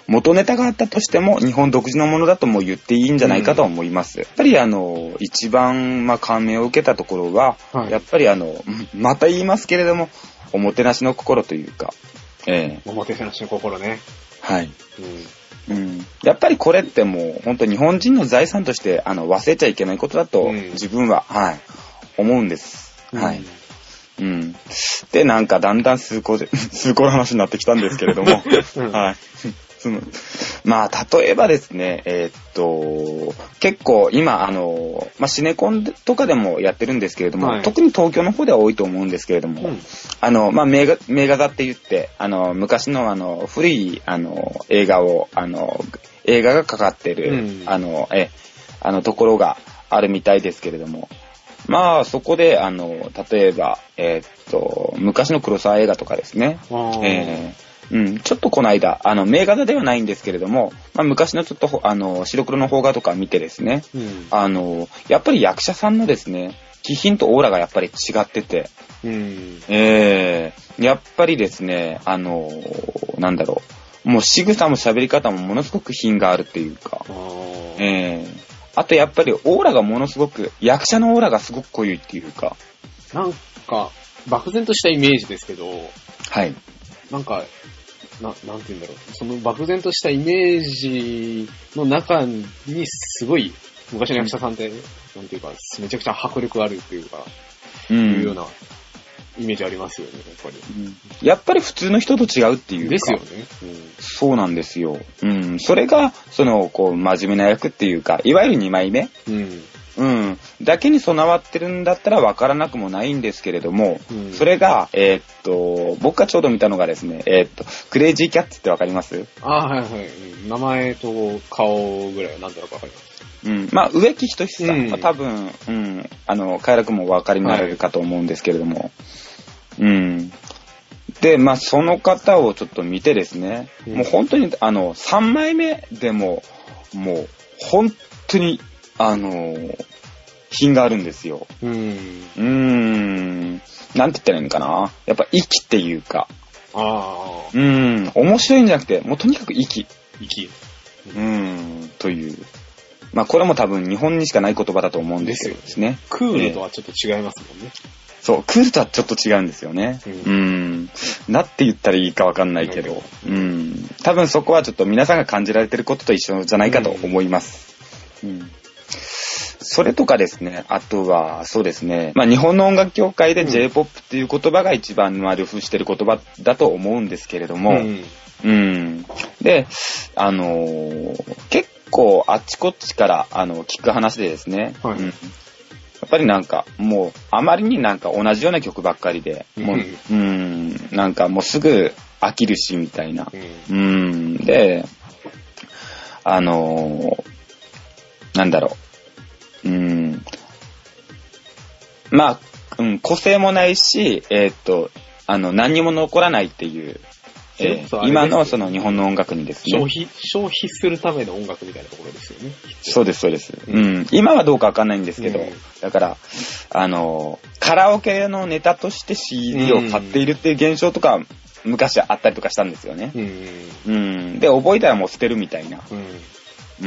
元ネタがあったとしても日本独自のものだとも言っていいんじゃないかと思います。うん、やっぱりあの、一番まあ感銘を受けたところは、はい、やっぱりあの、また言いますけれども、おもてなしの心というか、 えー、おもてなしの心ね。 はい。うんうん、やっぱりこれってもう本当日本人の財産としてあの忘れちゃいけないことだと自分は、うん、はい、思うんです。はい。うん。で、なんかだんだん数個で、数個の話になってきたんですけれども、うん、はい。そのまあ、例えばですね、えー、っと、結構今、あの、まあ、シネコンとかでもやってるんですけれども、はい、特に東京の方では多いと思うんですけれども、うん、あの、まあ、名画、名画座って言って、あの、昔のあの、古い、あの、映画を、あの、映画がかかってる、うん、あの、え、あの、ところがあるみたいですけれども、まあ、そこで、あの、例えば、えー、っと、昔の黒沢映画とかですね、えーうん、ちょっとこの間、あの、名画座ではないんですけれども、まあ、昔のちょっと、あの、白黒の邦画とか見てですね、うん、あの、やっぱり役者さんのですね、気品とオーラがやっぱり違ってて、うん、えー、やっぱりですね、あの、なんだろう、もう仕草も喋り方もものすごく品があるっていうか、えー、あとやっぱりオーラがものすごく、役者のオーラがすごく濃いっていうか。 なんか、漠然としたイメージですけど、 はい。 なんか、な、なんて言うんだろう。その漠然としたイメージの中にすごい昔の役者さんって、うん、なんていうか、めちゃくちゃ迫力あるっていうか、うん、いうようなイメージありますよね、やっぱり。 うん、やっぱり普通の人と違うっていうか。 ですよね。 うん、そうなんですよ。うん。それが、その、こう、真面目な役っていうか、いわゆるにまいめ。うん。うん。だけに備わってるんだったら分からなくもないんですけれども、うん、それが、えー、っと、僕がちょうど見たのがですね、えー、っと、クレイジーキャッツって分かります？ ああ、はいはい。名前と顔ぐらいは何だろうか分かります。 うん。まあ、植木仁さんは多分、うん、あの、快楽もお分かりになれるかと思うんですけれども、はい、うん。で、まあ、その方をちょっと見てですね、うん、もう本当に、あの、さんまいめでも、もう、本当に、あのー、品があるんですよ。うーん。うーん。なんて言ったらいいのかな。やっぱ息っていうか。ああ。うーん。面白いんじゃなくて、もうとにかく息。 息。 うーん。という。まあこれも多分日本にしかない言葉だと思うんですけどですね。 クールとはちょっと違いますもんね。 そう、クールとはちょっと違うんですよね。うん。うーん。なって言ったらいいかわかんないけど。うん。多分そこはちょっと皆さんが感じられてることと一緒じゃないかと思います。うん。うんそれとかですね、あとは、そうですね、まあ日本の音楽業界で J-ポップ っていう言葉が一番まあ流布してる言葉だと思うんですけれども、うん。うん、で、あのー、結構あっちこっちからあの聞く話でですね、はいうん、やっぱりなんかもうあまりになんか同じような曲ばっかりで、もう、うん、なんかもうすぐ飽きるしみたいな、うん、うんで、あのー、なんだろう、うん、まあ、うん、個性もないし、えー、っと、あの、何にも残らないっていう、えー、今のその日本の音楽にですね。 消費、消費するための音楽みたいなところですよね。 そうです、そうです。うん。うん、今はどうかわかんないんですけど、うん、だから、あの、カラオケのネタとして シーディー を買っているっていう現象とか、昔あったりとかしたんですよね。うん。うん、で、覚えたらもう捨てるみたいな。うんうん。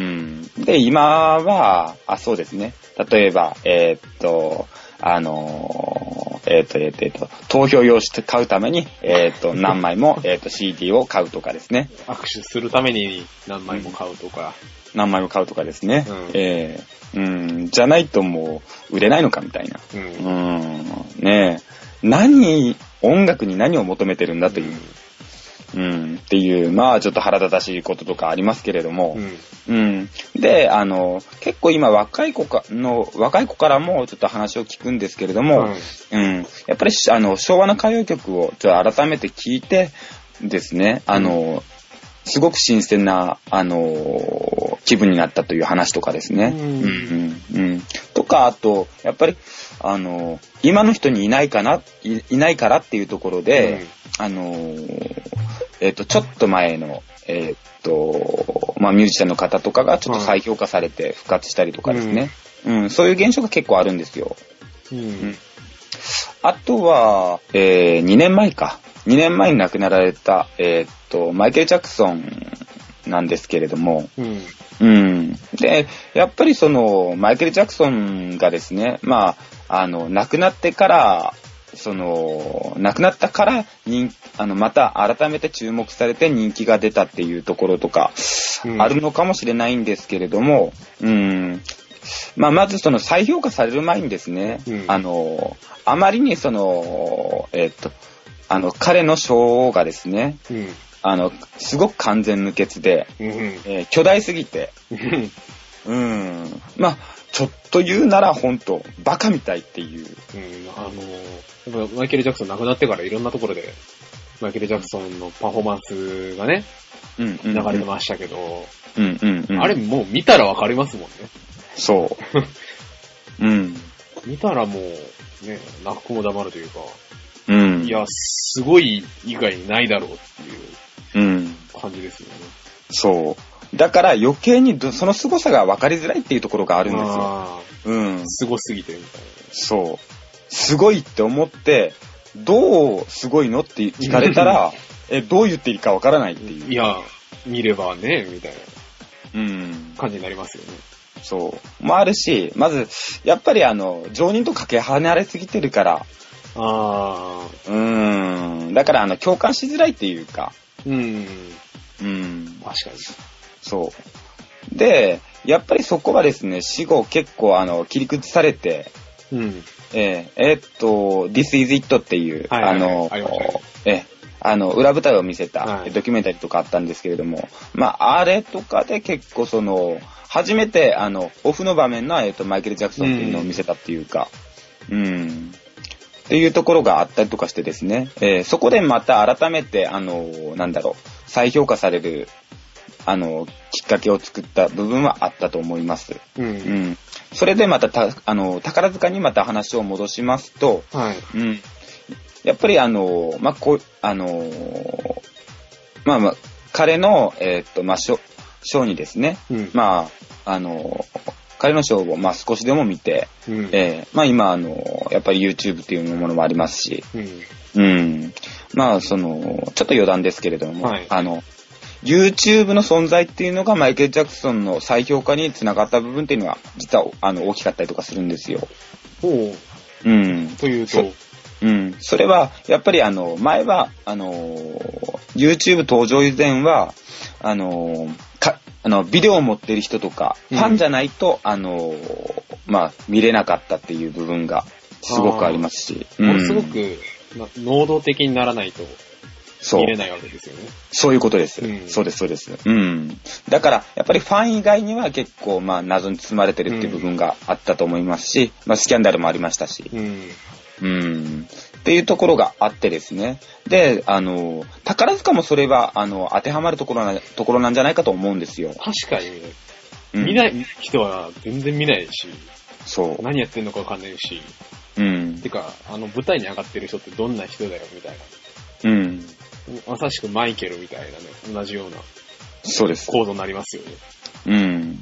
で、今は、あ、そうですね。例えば、えー、っと、あのー、えー、っと、えー、っと、えー、っと、投票用紙買うために、えー、っと、何枚も、えー、っと、シーディー を買うとかですね。 握手するために何枚も買うとか。 うん、何枚も買うとかですね。うん、えー、うん、じゃないともう、売れないのかみたいな。うん。うんねえ。何、音楽に何を求めてるんだという。うんうん、っていう、まあちょっと腹立たしいこととかありますけれども、うん、うん。で、あの、結構今若い子かの、若い子からもちょっと話を聞くんですけれども、うん、うん、やっぱりあの、昭和の歌謡曲をちょっと改めて聞いてですね、あの、うん、すごく新鮮な、あの、気分になったという話とかですね。うん、うん、うん。とか、あと、やっぱり、あの、今の人にいないかな、い、いないからっていうところで、うん、あの、えっと、ちょっと前の、えっと、まあ、ミュージシャンの方とかがちょっと再評価されて復活したりとかですね。うん、うん、そういう現象が結構あるんですよ。うん。うん、あとは、えー、にねんまえか。にねんまえに亡くなられた、えー、っと、マイケル・ジャクソンなんですけれども、うん。うん。で、やっぱりその、マイケル・ジャクソンがですね、まあ、あの、亡くなってから、その、亡くなったから人、あの、また改めて注目されて人気が出たっていうところとか、あるのかもしれないんですけれども、うん。まあ、まずその再評価される前にですね、うん、あの、あまりにその、えっと、あの、彼のショーがですね、うん、あの、すごく完全無欠で、うんえー、巨大すぎて、うん、まあ、ちょっと言うなら本当バカみたいっていう。うん、 あのー、やっぱマイケル・ジャクソン亡くなってからいろんなところで、マイケル・ジャクソンのパフォーマンスがね、うんうんうん、流れてましたけど、うんうんうん、あれもう見たらわかりますもんね。 そう。うん。 見たらもう、ね、泣く子も黙るというか、うん。いや、すごい以外にないだろうっていう感じですよね。うん、 そう。だから余計にその凄さが分かりづらいっていうところがあるんですよ。 うん。凄すぎてみたいな。 そう。すごいって思って、どうすごいのって聞かれたら、え、どう言っていいか分からないっていう。 いや、見ればね、みたいな。うん。感じになりますよね。 そう。もあるし、まず、やっぱりあの、常人とかけ離れすぎてるから、ああ。うーん。だからあの、共感しづらいっていうか。うん。 うん。確かに。 そう。で、やっぱりそこはですね、死後結構あの、切り崩されて、うん。えー、えー、っと、This is It っていう、はいはいはい、あの、ありましたね、え、あの、裏舞台を見せた、はい、ドキュメンタリーとかあったんですけれども、まあ、あれとかで結構その、初めて、あの、オフの場面の、えー、っと、マイケル・ジャクソンっていうのを見せたっていうか、うん。うんっていうところがあったりとかしてですね、えー、そこでまた改めて、あの、なんだろう、再評価される、あの、きっかけを作った部分はあったと思います。うん。うん、それでまた、た、あの、宝塚にまた話を戻しますと、はい。うん。やっぱりあの、まあ、こう、あの、まあまあ、彼の、えー、っと、まあ、ショーにですね、うん、まあ、あの、彼のショーを、まあ、少しでも見て、うん、えー、まあ、今、あの、やっぱり YouTube っていうものもありますし、うん。うん、まあ、その、ちょっと余談ですけれども、はい、あの、YouTube の存在っていうのがマイケル・ジャクソンの再評価につながった部分っていうのは、実は、あの、大きかったりとかするんですよ。 ほう。うん。というと、 うん。それは、やっぱりあの、前は、あの、YouTube 登場以前は、あの、か、あの、ビデオを持ってる人とか、ファンじゃないと、うん、あの、まあ、見れなかったっていう部分が、すごくありますし。 うん、ものすごく、能動的にならないと、見れないわけですよね。 そういうことです。うん、そうです、そうです。うん。だから、やっぱりファン以外には結構、まあ、謎に包まれてるっていう部分があったと思いますし、まあ、スキャンダルもありましたし。うんうん。っていうところがあってですね。で、あの、宝塚もそれは、あの、当てはまるところな、ところなんじゃないかと思うんですよ。 確かに、うん、見ない人は全然見ないし、そう。何やってんのかわかんないし、うん。てか、あの、舞台に上がってる人ってどんな人だよ、みたいな。うん。まさしくマイケルみたいなね、同じような。そうです。構造になりますよね。 うん。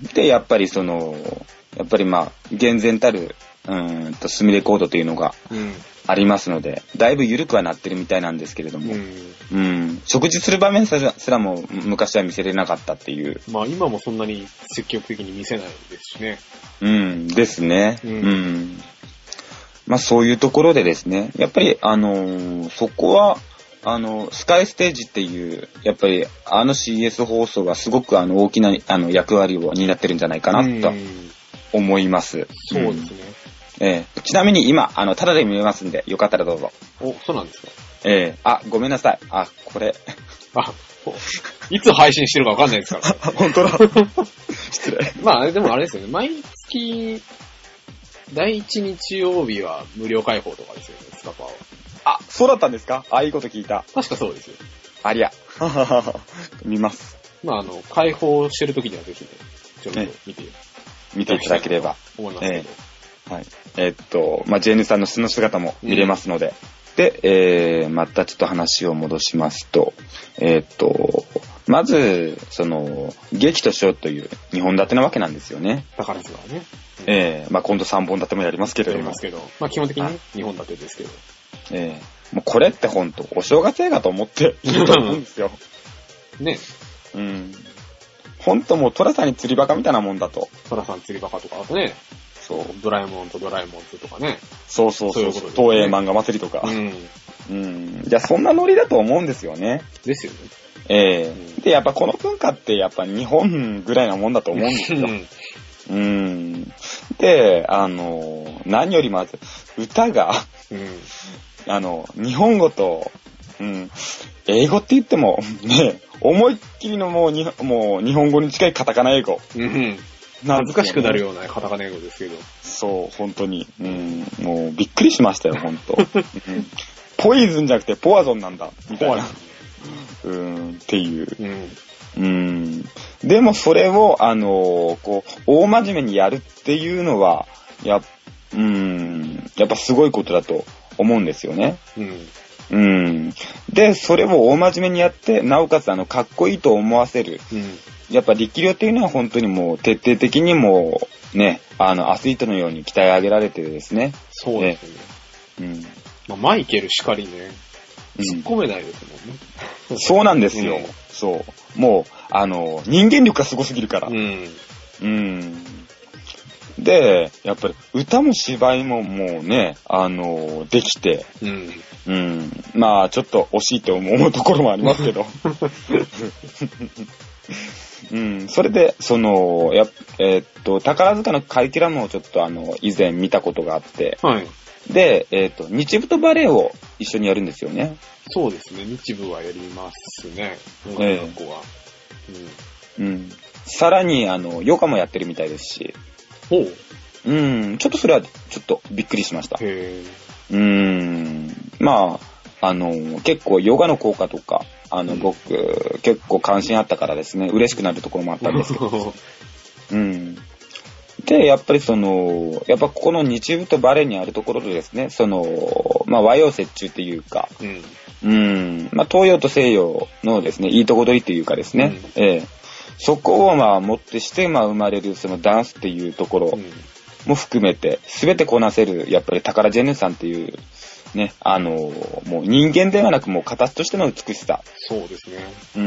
で、やっぱりその、やっぱりまあ、厳然たる、うーんと、スミレコードというのがありますので、うん、だいぶ緩くはなってるみたいなんですけれども、うん。うん、食事する場面すらも昔は見せれなかったっていう。 まあ今もそんなに積極的に見せないですしね。 うん、ですね。うん。うん、まあそういうところでですね、やっぱりあのー、そこは、あの、スカイステージっていう、やっぱりあの シーエス 放送がすごくあの大きなあの役割を担ってるんじゃないかなと思います。 そうですね。 えー、ちなみに今、あの、タダで見れますんで、よかったらどうぞ。 お、そうなんですか。 えー、あ、ごめんなさい。あ、これ。 あ、いつ配信してるかわかんないですから。 本当だ。失礼。 まあ、でもあれですよね。毎月、第一日曜日は無料開放とかですよね、スカパーは。 あ、そうだったんですか？ああいうこと聞いた。 確かそうですよ。 ありゃ。見ます。 まあ、あの、開放してる時にはぜひね、ちょっと見て、ね、 見ていただければ。 思いますけど。えー、はい。えー、っと、まあ、ジェーエヌ さんの素の姿も見れますので。うん、で、えー、またちょっと話を戻しますと、えー、っと、まず、その、劇とショーというにほん立てなわけなんですよね。 宝塚はね。 うん、えー、まあ、今度さんぼん立てもやりますけれども。 やりますけど。まあ、基本的にね、にほん立てですけど。 えー、もうこれってほんと、お正月映画と思っていいと思うんですよ。 ね。 うん。 ほんともうトラさんに釣りバカみたいなもんだと。 トラさん釣りバカとか、あとね、そう、ドラえもんとドラえもんとかね。 そうそうそう、そういう東映漫画祭りとか。うん。うん。じゃあそんなノリだと思うんですよね。 ですよね。 ええーうん、で、やっぱこの文化ってやっぱ日本ぐらいなもんだと思うんですよ。うん。で、あの、何よりまず、歌が、うん、あの、日本語と、うん、英語って言っても、ね、思いっきりのもうに、もう日本語に近いカタカナ英語。うん。 恥ずかしくなるようなカタカナ英語ですけど。 そう、本当に。うん、もうびっくりしましたよ、本当、うん。ポイズンじゃなくてポワゾンなんだ、みたいな。うん、っていう。うんうん、でもそれを、あのー、こう、大真面目にやるっていうのは、や、うん、やっぱすごいことだと思うんですよね。うん。うん。で、それを大真面目にやって、なおかつ、あの、かっこいいと思わせる。うん。やっぱ力量っていうのは本当にもう徹底的にもう、ね、あの、アスリートのように鍛え上げられてですね。 そうですね。ねうん。まあ、マイケルしかりね、突っ込めないですもんね。 うん、そうなんですよ。うん、そう。もう、あの、人間力がすごすぎるから。うん。うん。で、やっぱり歌も芝居ももうね、あの、できて、うん。うん。まあ、ちょっと惜しいと思うところもありますけど。うん。それで、その、やえー、っと、宝塚のカリキュラムをちょっとあの、以前見たことがあって、はい。で、えー、っと、日舞とバレエを一緒にやるんですよね。 そうですね。日舞はやりますね。女の子は。 うん。うん。さらに、あの、ヨガもやってるみたいですし。ほう。うん。ちょっとそれは、ちょっとびっくりしました。へー。うーん。まあ、あの、結構ヨガの効果とか、あの、うん、僕、結構関心あったからですね、嬉しくなるところもあったんですけど。うん。で、やっぱりその、やっぱここの日舞とバレエにあるところでですね、その、まあ和洋折衷っていうか、うん、うんまあ東洋と西洋のですね、いいとこ取りっていうかですね、うん、ええ、そこをまあもってして、まあ生まれるそのダンスっていうところも含めて、すべてこなせる、やっぱりタカラジェンヌさんっていう、ね、あの、もう人間ではなくもう形としての美しさ。 そうですね。 うん。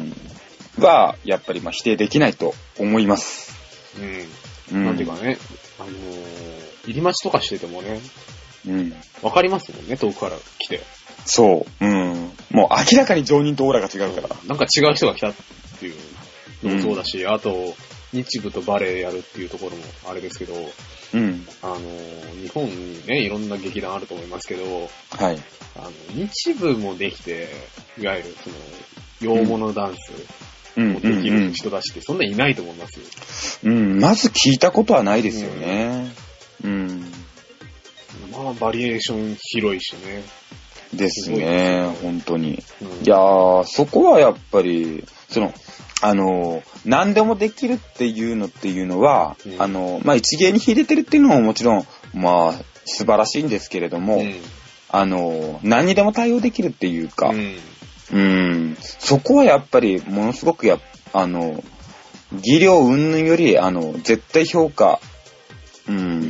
は、やっぱりまあ否定できないと思います。 うん。うん、なんていうかね、あのー、入り待ちとかしててもね、うん。わかりますもんね、遠くから来て。 そう。うん。もう明らかに常人とオーラが違うから。 なんか違う人が来たっていうのもそうだし、うん、あと、日舞とバレエやるっていうところもあれですけど、うん。あのー、日本にね、いろんな劇団あると思いますけど、はい。あの、日舞もできて、いわゆる、その、洋物ダンス、うんもうできる人たちってそんなにいないと思いますよ。 うん、まず聞いたことはないですよね。うん。うん、 まあ、バリエーション広いしね。 ですね、ですね本当に。うん、いやー、そこはやっぱり、その、あの、何でもできるっていうのっていうのは、うん、あの、まあ、一芸に秀でてるっていうのももちろん、まあ、素晴らしいんですけれども、うん、あの、何にでも対応できるっていうか、うんうん、そこはやっぱりものすごくやあの技量云々よりあの絶対評価、うん、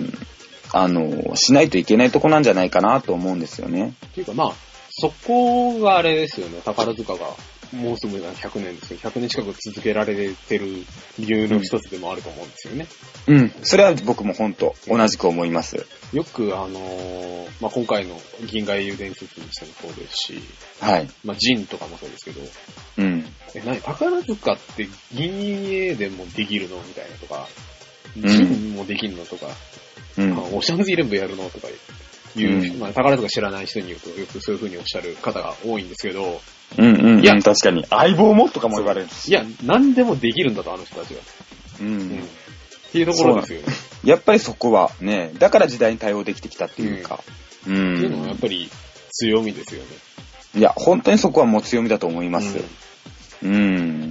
あのしないといけないとこなんじゃないかなと思うんですよね。 っていうかまあそこがあれですよね。宝塚がもうすぐひゃくねんですけどひゃくねん近く続けられてる理由の一つでもあると思うんですよね。 うん、それは僕も本当同じく思います。 よくあのー、まあ今回の銀河英雄伝説にしてもそうですし、はい。まあジンとかもそうですけど、うん。え、なに宝塚って銀英でもできるのみたいなとか、ジンもできるのとか、うん、まあ、オシャンズイレブンやるのとかいう、うん、まあ宝塚知らない人に言うとよくそういう風におっしゃる方が多いんですけど、 うんうん、うん、いや確かに相棒もとかも言われるし、 いや何でもできるんだとあの人たちは。うん。うんっていうところですよね。 やっぱりそこはね、だから時代に対応できてきたっていうか。 うん。うん、っていうのはやっぱり強みですよね。 いや、本当にそこはもう強みだと思います。うん。うん、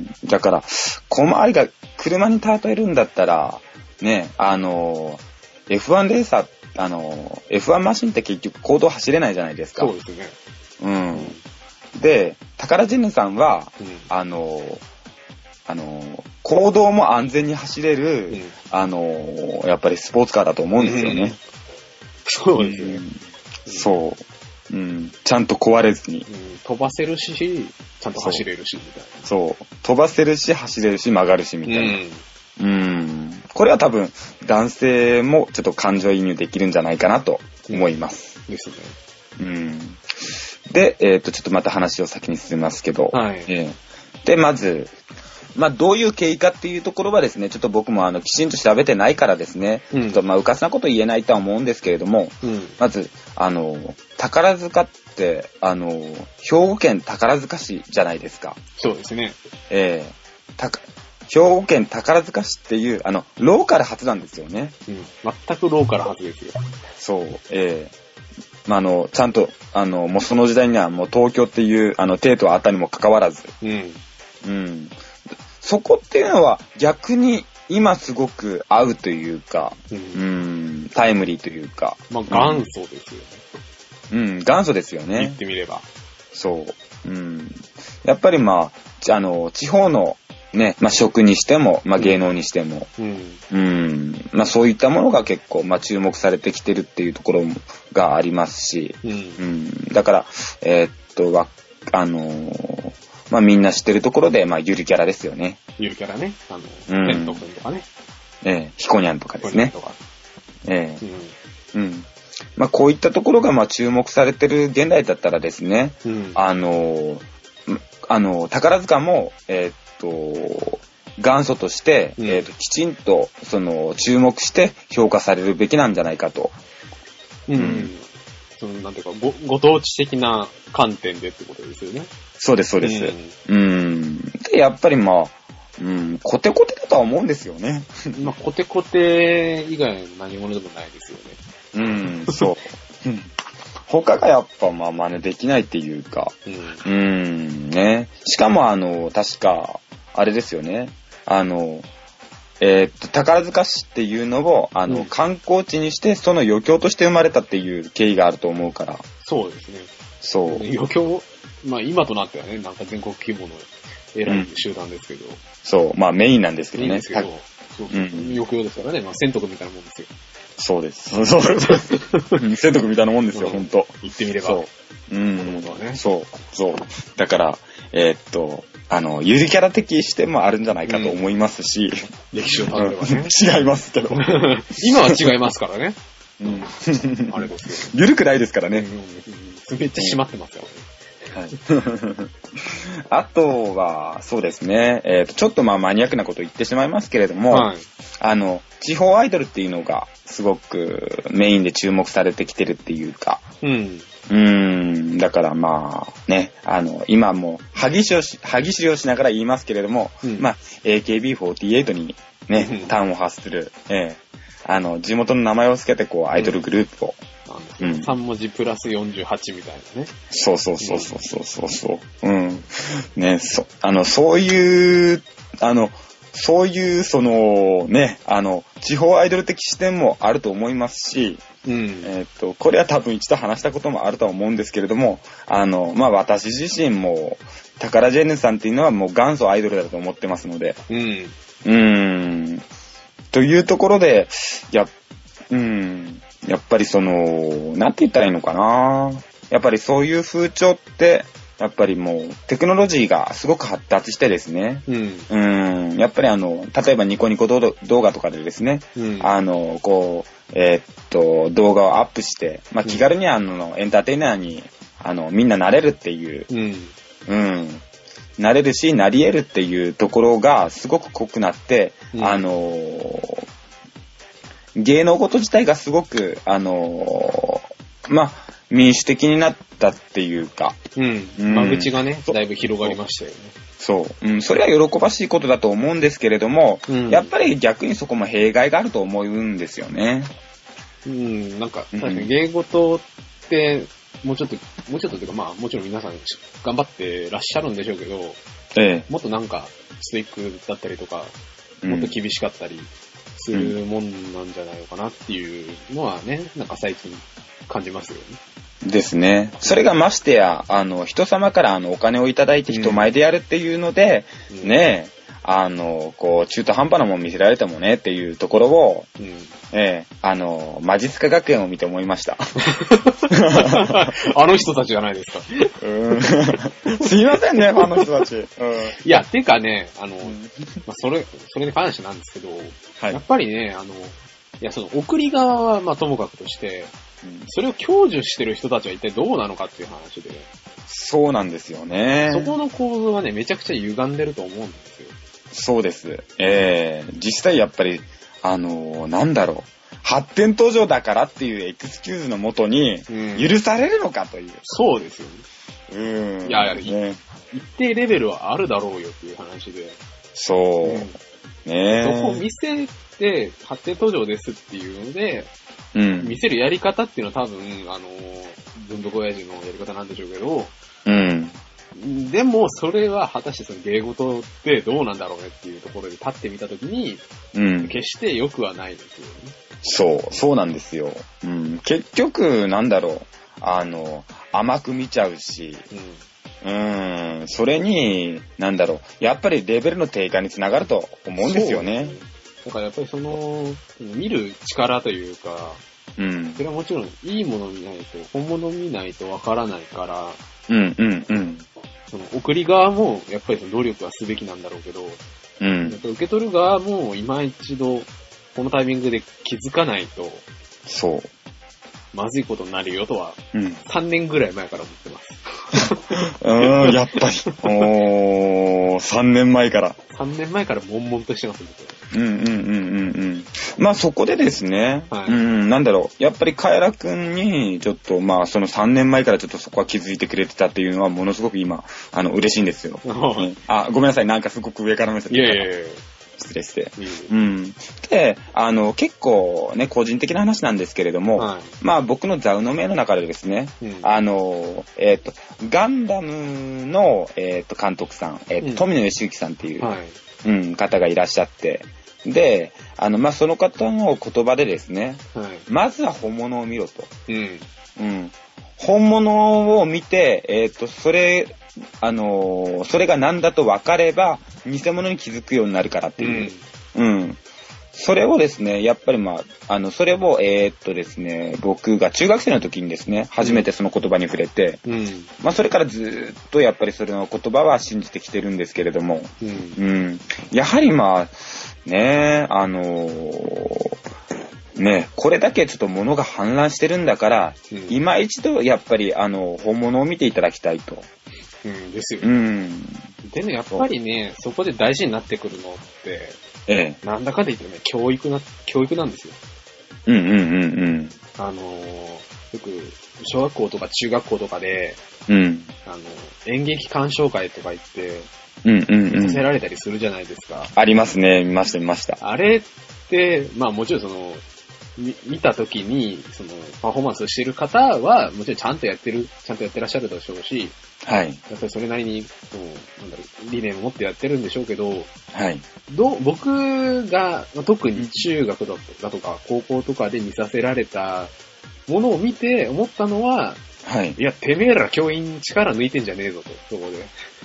だから、小回りが車に例えるんだったら、ね、あの、エフワン レーサー、あの、エフワン マシンって結局公道走れないじゃないですか。 そうですね。 うん。うん、で、タカラジェンヌさんは、うん、あの、あの、公道も安全に走れる、うん、あの、やっぱりスポーツカーだと思うんですよね。うん、 そうですね、 うん。そう。 うん、ちゃんと壊れずに、うん、 飛ばせるし、ちゃんと走れるしみたいな。 そう。飛ばせるし、走れるし、曲がるしみたいな。うん。うん。これは多分、男性もちょっと感情移入できるんじゃないかなと思います。 うん、ですね。 うん。で、えっと、ちょっとまた話を先に進めますけど、 はい。 えー、で、まず、まあ、どういう経緯かっていうところはですね、ちょっと僕もあの、きちんと調べてないからですね、うん、ちょっとまあ、うかつなこと言えないとは思うんですけれども、うん、まず、あの、宝塚って、あの、兵庫県宝塚市じゃないですか。 そうですね。 えー、た兵庫県宝塚市っていう、あの、ローカル初なんですよね。 うん、全くローカル初ですよ。 そう、えー、まあ、あの、ちゃんと、あの、もうその時代にはもう東京っていう、あの、帝都あったにもかかわらず、うん。うん。そこっていうのは逆に今すごく合うというか、うん、うんタイムリーというか。 まあ元祖ですよね。 うん、元祖ですよね。 言ってみれば。 そう。うん。やっぱりまあ、あの、地方のね、まあ職にしても、まあ芸能にしても、うん。うん、まあそういったものが結構、まあ注目されてきてるっていうところがありますし、うん。うん、だから、えー、っと、わ、あのー、まあみんな知ってるところで、まあゆるキャラですよね。 ゆるキャラね。あの、ペント君とかね。 ええ、ヒコニャンとかですね。ええ、うん。うん。まあこういったところがまあ注目されてる現代だったらですね、うん、あの、あの、宝塚も、えー、っと、元祖として、うん、えー、っと、きちんと、その、注目して評価されるべきなんじゃないかと。 うん。うん、その、なんていうかご、ご当地的な観点でってことですよね。 そうです、そうです。うん。うんで、やっぱりまあ、うん、コテコテだとは思うんですよね。 まあ、コテコテ以外の何者でもないですよね。うん、そう。他がやっぱまあ真似できないっていうか、うん、うんね。しかもあの、確か、あれですよね。あの、えー、っと、宝塚市っていうのを、あの、うん、観光地にして、その余興として生まれたっていう経緯があると思うから。 そうですね。 そう。 余興、まあ今となってはね、なんか全国規模の偉い集団ですけど、うん。 そう、まあメインなんですけどね。 いいですけど、そうそう、うん、余興ですからね、まあ仙徳みたいなもんですよ。 そうです。そうそうです。仙徳みたいなもんですよ、ほんと。 言ってみれば。 そう。うん。ね、そう、そう。だから、えー、っと、あの、ゆるキャラ的視点もあるんじゃないかと思いますし。 うん、歴史をたどればね。 違いますけど。 今は違いますからね。うん。あれですよ。ゆるくないですからね。 うん、めっちゃ締まってますからね。 はい、あとは、そうですね、えーと、ちょっとまあマニアックなこと言ってしまいますけれども、はい、あの、地方アイドルっていうのがすごくメインで注目されてきてるっていうか、うん。うーん、だからまあね、あの、今もう歯ぎしりをし、歯ぎしりをしながら言いますけれども、うん、まあ エーケービーフォーティーエイト にね、端を発する、えーあの、地元の名前を付けて、こう、アイドルグループを。 うん、さん文字プラスよんじゅうはちみたいなね。 そうそうそうそうそうそう。うん。ね、そ、あの、そういう、あの、そういう、その、ね、あの、地方アイドル的視点もあると思いますし、うん、えっと、これは多分一度話したこともあるとは思うんですけれども、あの、まあ、私自身も、タカラジェンヌさんっていうのはもう元祖アイドルだと思ってますので、うん。うーん。というところで、や、うん、やっぱりその、なんて言ったらいいのかな。やっぱりそういう風潮って、やっぱりもうテクノロジーがすごく発達してですね、うん、うんやっぱりあの、例えばニコニコ動画とかでですね、うん、あの、こう、えー、っと、動画をアップして、まあ、気軽にあの、エンターテイナーに、あの、みんななれるっていう、うん、うんなれるし、なり得るっていうところがすごく濃くなって、うん、あのー、芸能事自体がすごく、あのー、まあ、民主的になったっていうか。 うん。間口がね、だいぶ広がりましたよね。 そう。うん。それは喜ばしいことだと思うんですけれども、うん、やっぱり逆にそこも弊害があると思うんですよね。 うん。なんか、確かに芸事って、もうちょっと、もうちょっとというか、まあ、もちろん皆さん頑張ってらっしゃるんでしょうけど、ええ、もっとなんか、ストイックだったりとか、もっと厳しかったりするもんなんじゃないのかなっていうのはね、なんか最近感じますよね。 ですね。それがましてや、あの、人様からあの、お金をいただいて人前でやるっていうので、うん、ねえ、 あの、こう、中途半端なもん見せられてもねっていうところを、うん、ええ、あの、魔術家学園を見て思いました。 あの人たちじゃないですか。 うん、すいませんね、あの人たち。うん、 いや、てかね、あの、うん、まあ、それ、それに関してなんですけど、はい、やっぱりね、あの、いや、その、送り側は、まあ、ともかくとして、うん、それを享受してる人たちは一体どうなのかっていう話で。 そうなんですよね。 そこの構造はね、めちゃくちゃ歪んでると思うんですよ。 そうです。ええー、実際やっぱり、あのー、なんだろう。発展途上だからっていうエクスキューズのもとに、許されるのかという。うん、 そうですよね。 うん。 いやいや、ね、一定レベルはあるだろうよっていう話で。 そう。うん、ねそこを見せて、発展途上ですっていうので、うん、見せるやり方っていうのは多分、あのー、文福親父のやり方なんでしょうけど、うん。でも、それは果たしてその芸事ってどうなんだろうねっていうところで立ってみたときに、うん。決して良くはないですよね。 そう、そうなんですよ。うん。結局、なんだろう。あの、甘く見ちゃうし、うん。うん。それに、なんだろう。やっぱりレベルの低下につながると思うんですよね。 だからやっぱりその、見る力というか、うん。それはもちろん、いいもの見ないと、本物見ないとわからないから、 うんうんうん。 その送り側もやっぱりその努力はすべきなんだろうけど、うん、受け取る側も今一度このタイミングで気づかないと、 そうまずいことになるよとは、うん、さんねんぐらい前から思ってます。 うん、やっぱり、おー、さんねんまえから。 さんねんまえから悶々としてますね。 うんうんうんうんうん。まあそこでですね、はい、うん、なんだろう、やっぱりカエラくんにちょっとまあそのさんねんまえからちょっとそこは気づいてくれてたっていうのはものすごく今、あの嬉しいんですよ。うん、あ、ごめんなさい、なんかすごく上から目線で。 いやいやいや。 失礼して。うん。で、あの、結構ね、個人的な話なんですけれども、はい、まあ僕のザウの目の中でですね、うん、あの、えっ、ー、と、ガンダムの、えっ、ー、と、監督さん、えっ、ー、と、富野義行さんっていう、はい、うん、方がいらっしゃって、で、あの、まあその方の言葉でですね、はい、まずは本物を見ろと。うん。うん。本物を見て、えっ、と、それ、あのー、それが何だと分かれば、偽物に気づくようになるからっていう。うん。うん。それをですね、やっぱりまあ、あの、それを、えー、っとですね、僕が中学生の時にですね、初めてその言葉に触れて、うん。まあ、それからずっとやっぱりそれの言葉は信じてきてるんですけれども、うん。うん、やはりまあ、ね、あのー、ね、これだけちょっと物が氾濫してるんだから、うん、今一度やっぱりあの、本物を見ていただきたいと。 うんですよね。うん。でね、やっぱりね、そこで大事になってくるのって、ええ。なんだかで言ってね、教育な、教育なんですよ。 うんうんうんうん。 あのー、よく、小学校とか中学校とかで、うん。あの、演劇鑑賞会とか行って、うんうんうん。させられたりするじゃないですか。 ありますね、見ました見ました。 あれって、まあもちろんその、見たときに、その、パフォーマンスしてる方は、もちろんちゃんとやってる、ちゃんとやってらっしゃるでしょうし、はい。やっぱりそれなりに、こう、なんだろう、理念を持ってやってるんでしょうけど、はい。どう、僕が、特に中学だとか、高校とかで見させられたものを見て思ったのは、はい。いや、てめえら教員力抜いてんじゃねえぞと、そこで。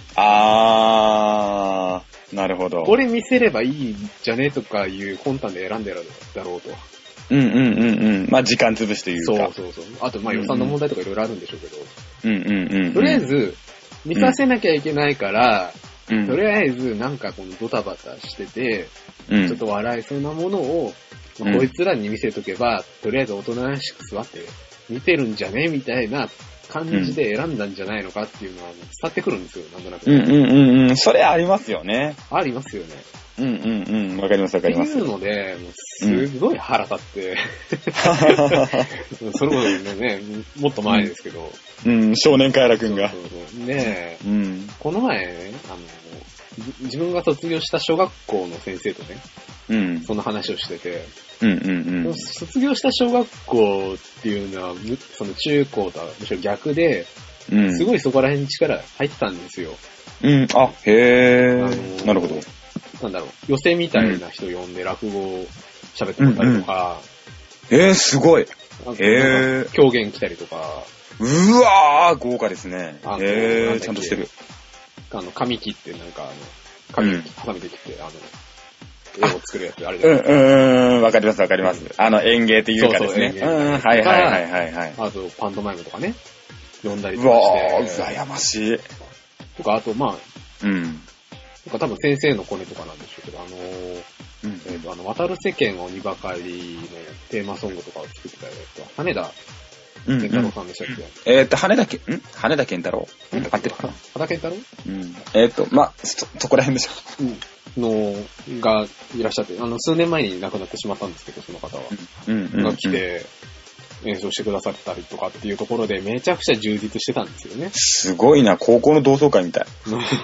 あー、なるほど。 これ見せればいいんじゃねえとかいう魂胆で選んでるだろうと。 うんうんうんうん。まあ時間潰しというか。 そうそうそう。あとまあ予算の問題とかいろいろあるんでしょうけど。うんうんうん、うん。とりあえず、見させなきゃいけないから、うん、とりあえずなんかこのドタバタしてて、うん、ちょっと笑いそうなものを、まあ、こいつらに見せとけば、うん、とりあえず大人らしく座って見てるんじゃねみたいな感じで選んだんじゃないのかっていうのは伝わってくるんですよ、なんとなく。 うんうんうんうん。それありますよね。 ありますよね。 うんうんうん。わかりますわかります。 っていうので、もうすごい腹立って、うん、それこそね、もっと前ですけど。 うん、うん、少年カエラくんが。そうそうそうねえ、うん、この前ね、あの、自分が卒業した小学校の先生とね、うん、その話をしてて、うんうんうん、卒業した小学校っていうのは、その中高とはむしろ逆で、うん、すごいそこら辺に力入ってたんですよ。 うん、あ、へー、あのー、なるほど。 なんだろう、寄席みたいな人呼んで落語を喋ってもらったりとか、 うんうん、えー、すごい。えー、狂言来たりとか。 うわー、豪華ですね。えー、ちゃんとしてる。 あの、神木ってなんかあの、 紙でハサミで切って、あの、絵を作るやつあるじゃないですか。 うん、うん、わかりますわかります。あの、園芸というかですね。そうそう、うん、はいはいはいはいはい。 あと、パントマイムとかね、読んだりとかして。 うわー、羨ましい。 とか、あと、まあ、 うん。 とか多分先生のコネとかなんでしょうけど、あのー、うん、えっ、ー、と、あの、渡る世間をにばかりのテーマソングとかを作ってたやつは、羽田健太郎さんでしたっけ、うんうん、 えっ、ー、と、羽田け、ん羽田健太郎合ってるかな羽田健太郎うん。えっ、ー、と、まあ、そ、そこら辺でしょ。 うん。の、がいらっしゃって、あの、数年前に亡くなってしまったんですけど、その方は。 うん。うん、うん。 が来て、演奏してくださったりとかっていうところでめちゃくちゃ充実してたんですよね。 すごいな、高校の同窓会みたい。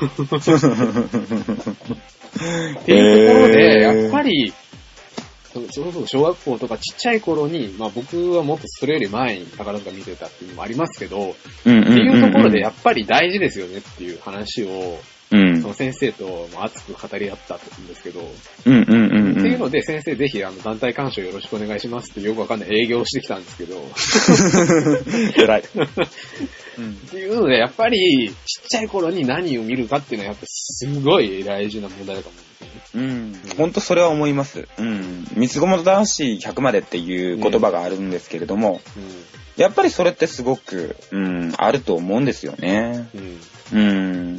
っていうところで、やっぱり、それこそ小学校とかちっちゃい頃に、まあ僕はもっとそれより前に宝塚見てたっていうのもありますけど、っていうところでやっぱり大事ですよねっていう話を、うん、その先生と熱く語り合ったんですけど、 うんうんうんうん、 っていうので先生ぜひあの団体鑑賞よろしくお願いしますってよくわかんない営業をしてきたんですけど、 偉い。 うん、っていうのでやっぱりちっちゃい頃に何を見るかっていうのはやっぱすごい大事な問題だと思うんですよね。 うん、ほんとそれは思います。うん。三つ子も男子ひゃくまでっていう言葉があるんですけれども、うんうん、やっぱりそれってすごく、うん、あると思うんですよね。うんうん。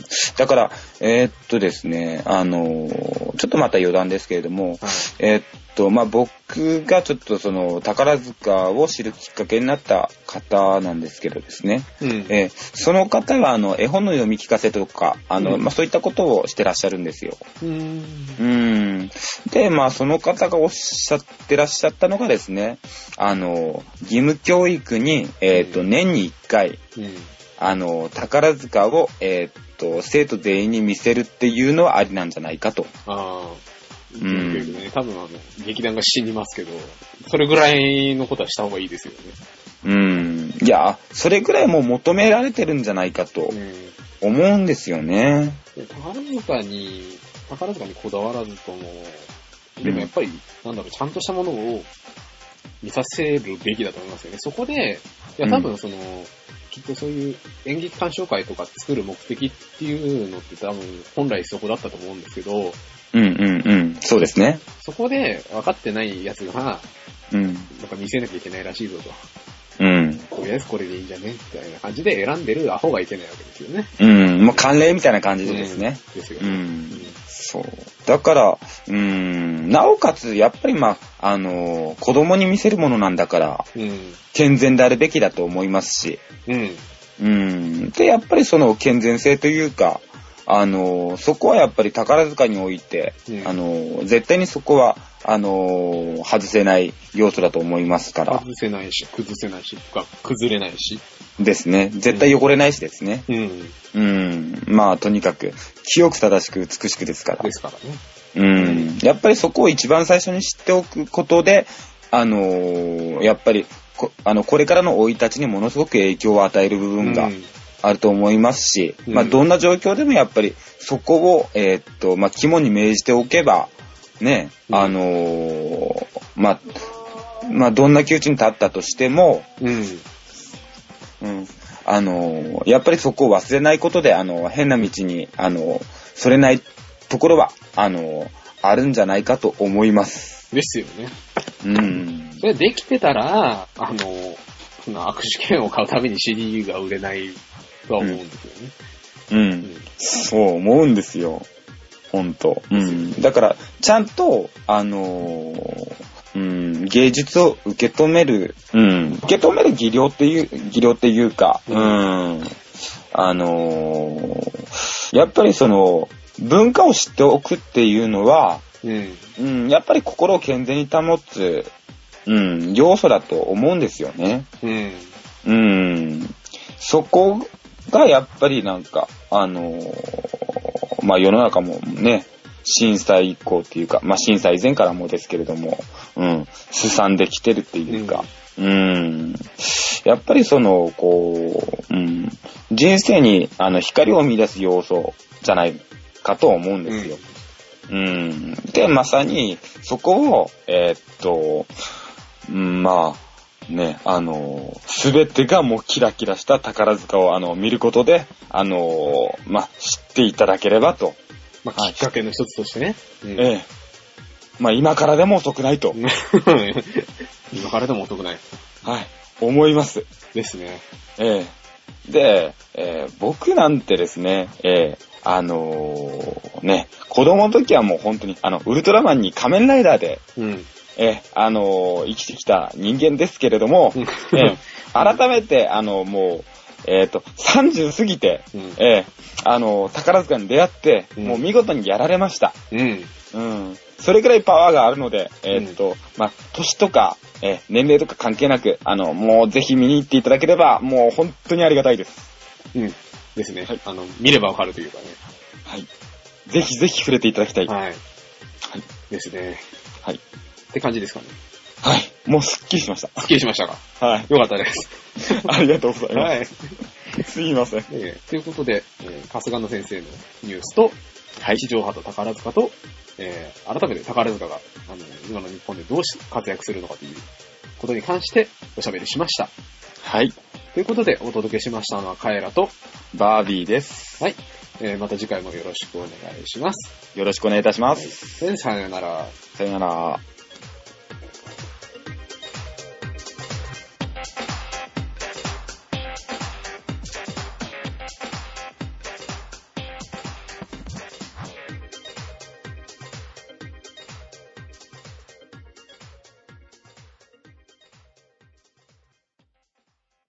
だから、えー、っとですね、あの、ちょっとまた余談ですけれども、はい、えー、っと、まあ、僕がちょっとその宝塚を知るきっかけになった方なんですけどですね、うん、えー、その方はあの絵本の読み聞かせとか、あの、うん、まあ、そういったことをしてらっしゃるんですよ。うん。うん。で、まあ、その方がおっしゃってらっしゃったのがですね、あの、義務教育に、えー、っと、年にいっかい、うん、あの、宝塚を、えー、っと、生徒全員に見せるっていうのはありなんじゃないかと。 ああ。うん。ね、多分あの、劇団が死にますけど、それぐらいのことはした方がいいですよね。 うん。いや、それぐらいもう求められてるんじゃないかと思うんですよね。 うん、宝塚に、宝塚にこだわらずとも、でもやっぱり、うん、なんだろう、ちゃんとしたものを見させるべきだと思いますよね。そこで、いや多分その、うん、きっとそういう演劇鑑賞会とか作る目的っていうのって多分本来そこだったと思うんですけど、 うんうんうん、そうですね。 そこで分かってないやつが、うん、なんか見せなきゃいけないらしいぞと。うん。とりあえずこれでいいんじゃねみたいな感じで選んでるアホがいけないわけですよね。 うん、もう慣例みたいな感じでですね。 うん、ですよね。うん。 そう。だから、うーん、なおかつ、やっぱりまあ、あのー、子供に見せるものなんだから、うん、健全であるべきだと思いますし、うん。うん。で、やっぱりその健全性というか、あのー、そこはやっぱり宝塚において、うん、あのー、絶対にそこは、あのー、外せない要素だと思いますから。 外せないし、崩せないし、崩れないし。 ですね。絶対汚れないしですね。うん。うん。まあ、とにかく、清く正しく美しくですから。 ですからね。 うん。やっぱりそこを一番最初に知っておくことで、あのー、やっぱりこ、あの、これからの生い立ちにものすごく影響を与える部分が、うんあると思いますし、うん、まあどんな状況でもやっぱりそこをえー、っとまあ肝に銘じておけばね、うん、あのー、まあまあどんな窮地に立ったとしても、うん、うん、あのー、やっぱりそこを忘れないことであの変な道にあのそれないところはあのあるんじゃないかと思います。 ですよね。うん。それできてたらあのその握手券を買うために シーディー が売れない。とは思うんですよね。 うん。うん、そう思うんですよ。ほんと。うん。だから、ちゃんと、あのー、うん、芸術を受け止める、うん、受け止める技量っていう、技量っていうか、うん、うんあのー、やっぱりその、文化を知っておくっていうのは、うん、うん、やっぱり心を健全に保つ、うん、要素だと思うんですよね。うん。うん。そこがやっぱりなんか、あのー、まあ世の中もね、震災以降っていうか、まあ震災以前からもですけれども、うん、すさんできてるっていうか、うん、うんやっぱりその、こう、うん、人生にあの光を見出す要素じゃないかと思うんですよ。うん、うん、で、まさにそこを、えー、っと、うん、まあ、ね、あのー、すべてがもうキラキラした宝塚をあの見ることで、あのー、まあ、知っていただければとまあ、きっかけの一つとしてね。 うん、ええ。まあ、今からでも遅くないと。 今からでも遅くない。 はい。思います。 ですね。 ええ。で、えー、僕なんてですね、ええ、あのー、ね、子供の時はもう本当に、あの、ウルトラマンに仮面ライダーで、うん、え、あのー、生きてきた人間ですけれども、え、改めて、あの、もう、えっ、ー、と、さんじゅう過ぎて、うん、えー、あのー、宝塚に出会って、うん、もう見事にやられました。うん。うん。それくらいパワーがあるので、えっ、ー、と、うん、まあ、年とか、えー、年齢とか関係なく、あの、もうぜひ見に行っていただければ、もう本当にありがたいです。 うん。ですね。はい、あの、見ればわかるというかね。 はい。ぜひぜひ触れていただきたい。 はい。はい。ですね。はい。って感じですかね。 はい。もうすっきりしました。 すっきりしましたか。 はい。 よかったです。 ありがとうございます。はい。すいません。 えー、ということで、えー、春日野先生のニュースと、はい。地上波と宝塚と、えー、改めて宝塚が、あの、今の日本でどうし活躍するのかということに関しておしゃべりしました。 はい。 ということで、お届けしましたのはカエラとバービーです。 はい。えー、また次回もよろしくお願いします。 よろしくお願いいたします。 はい、さよなら。 さよなら。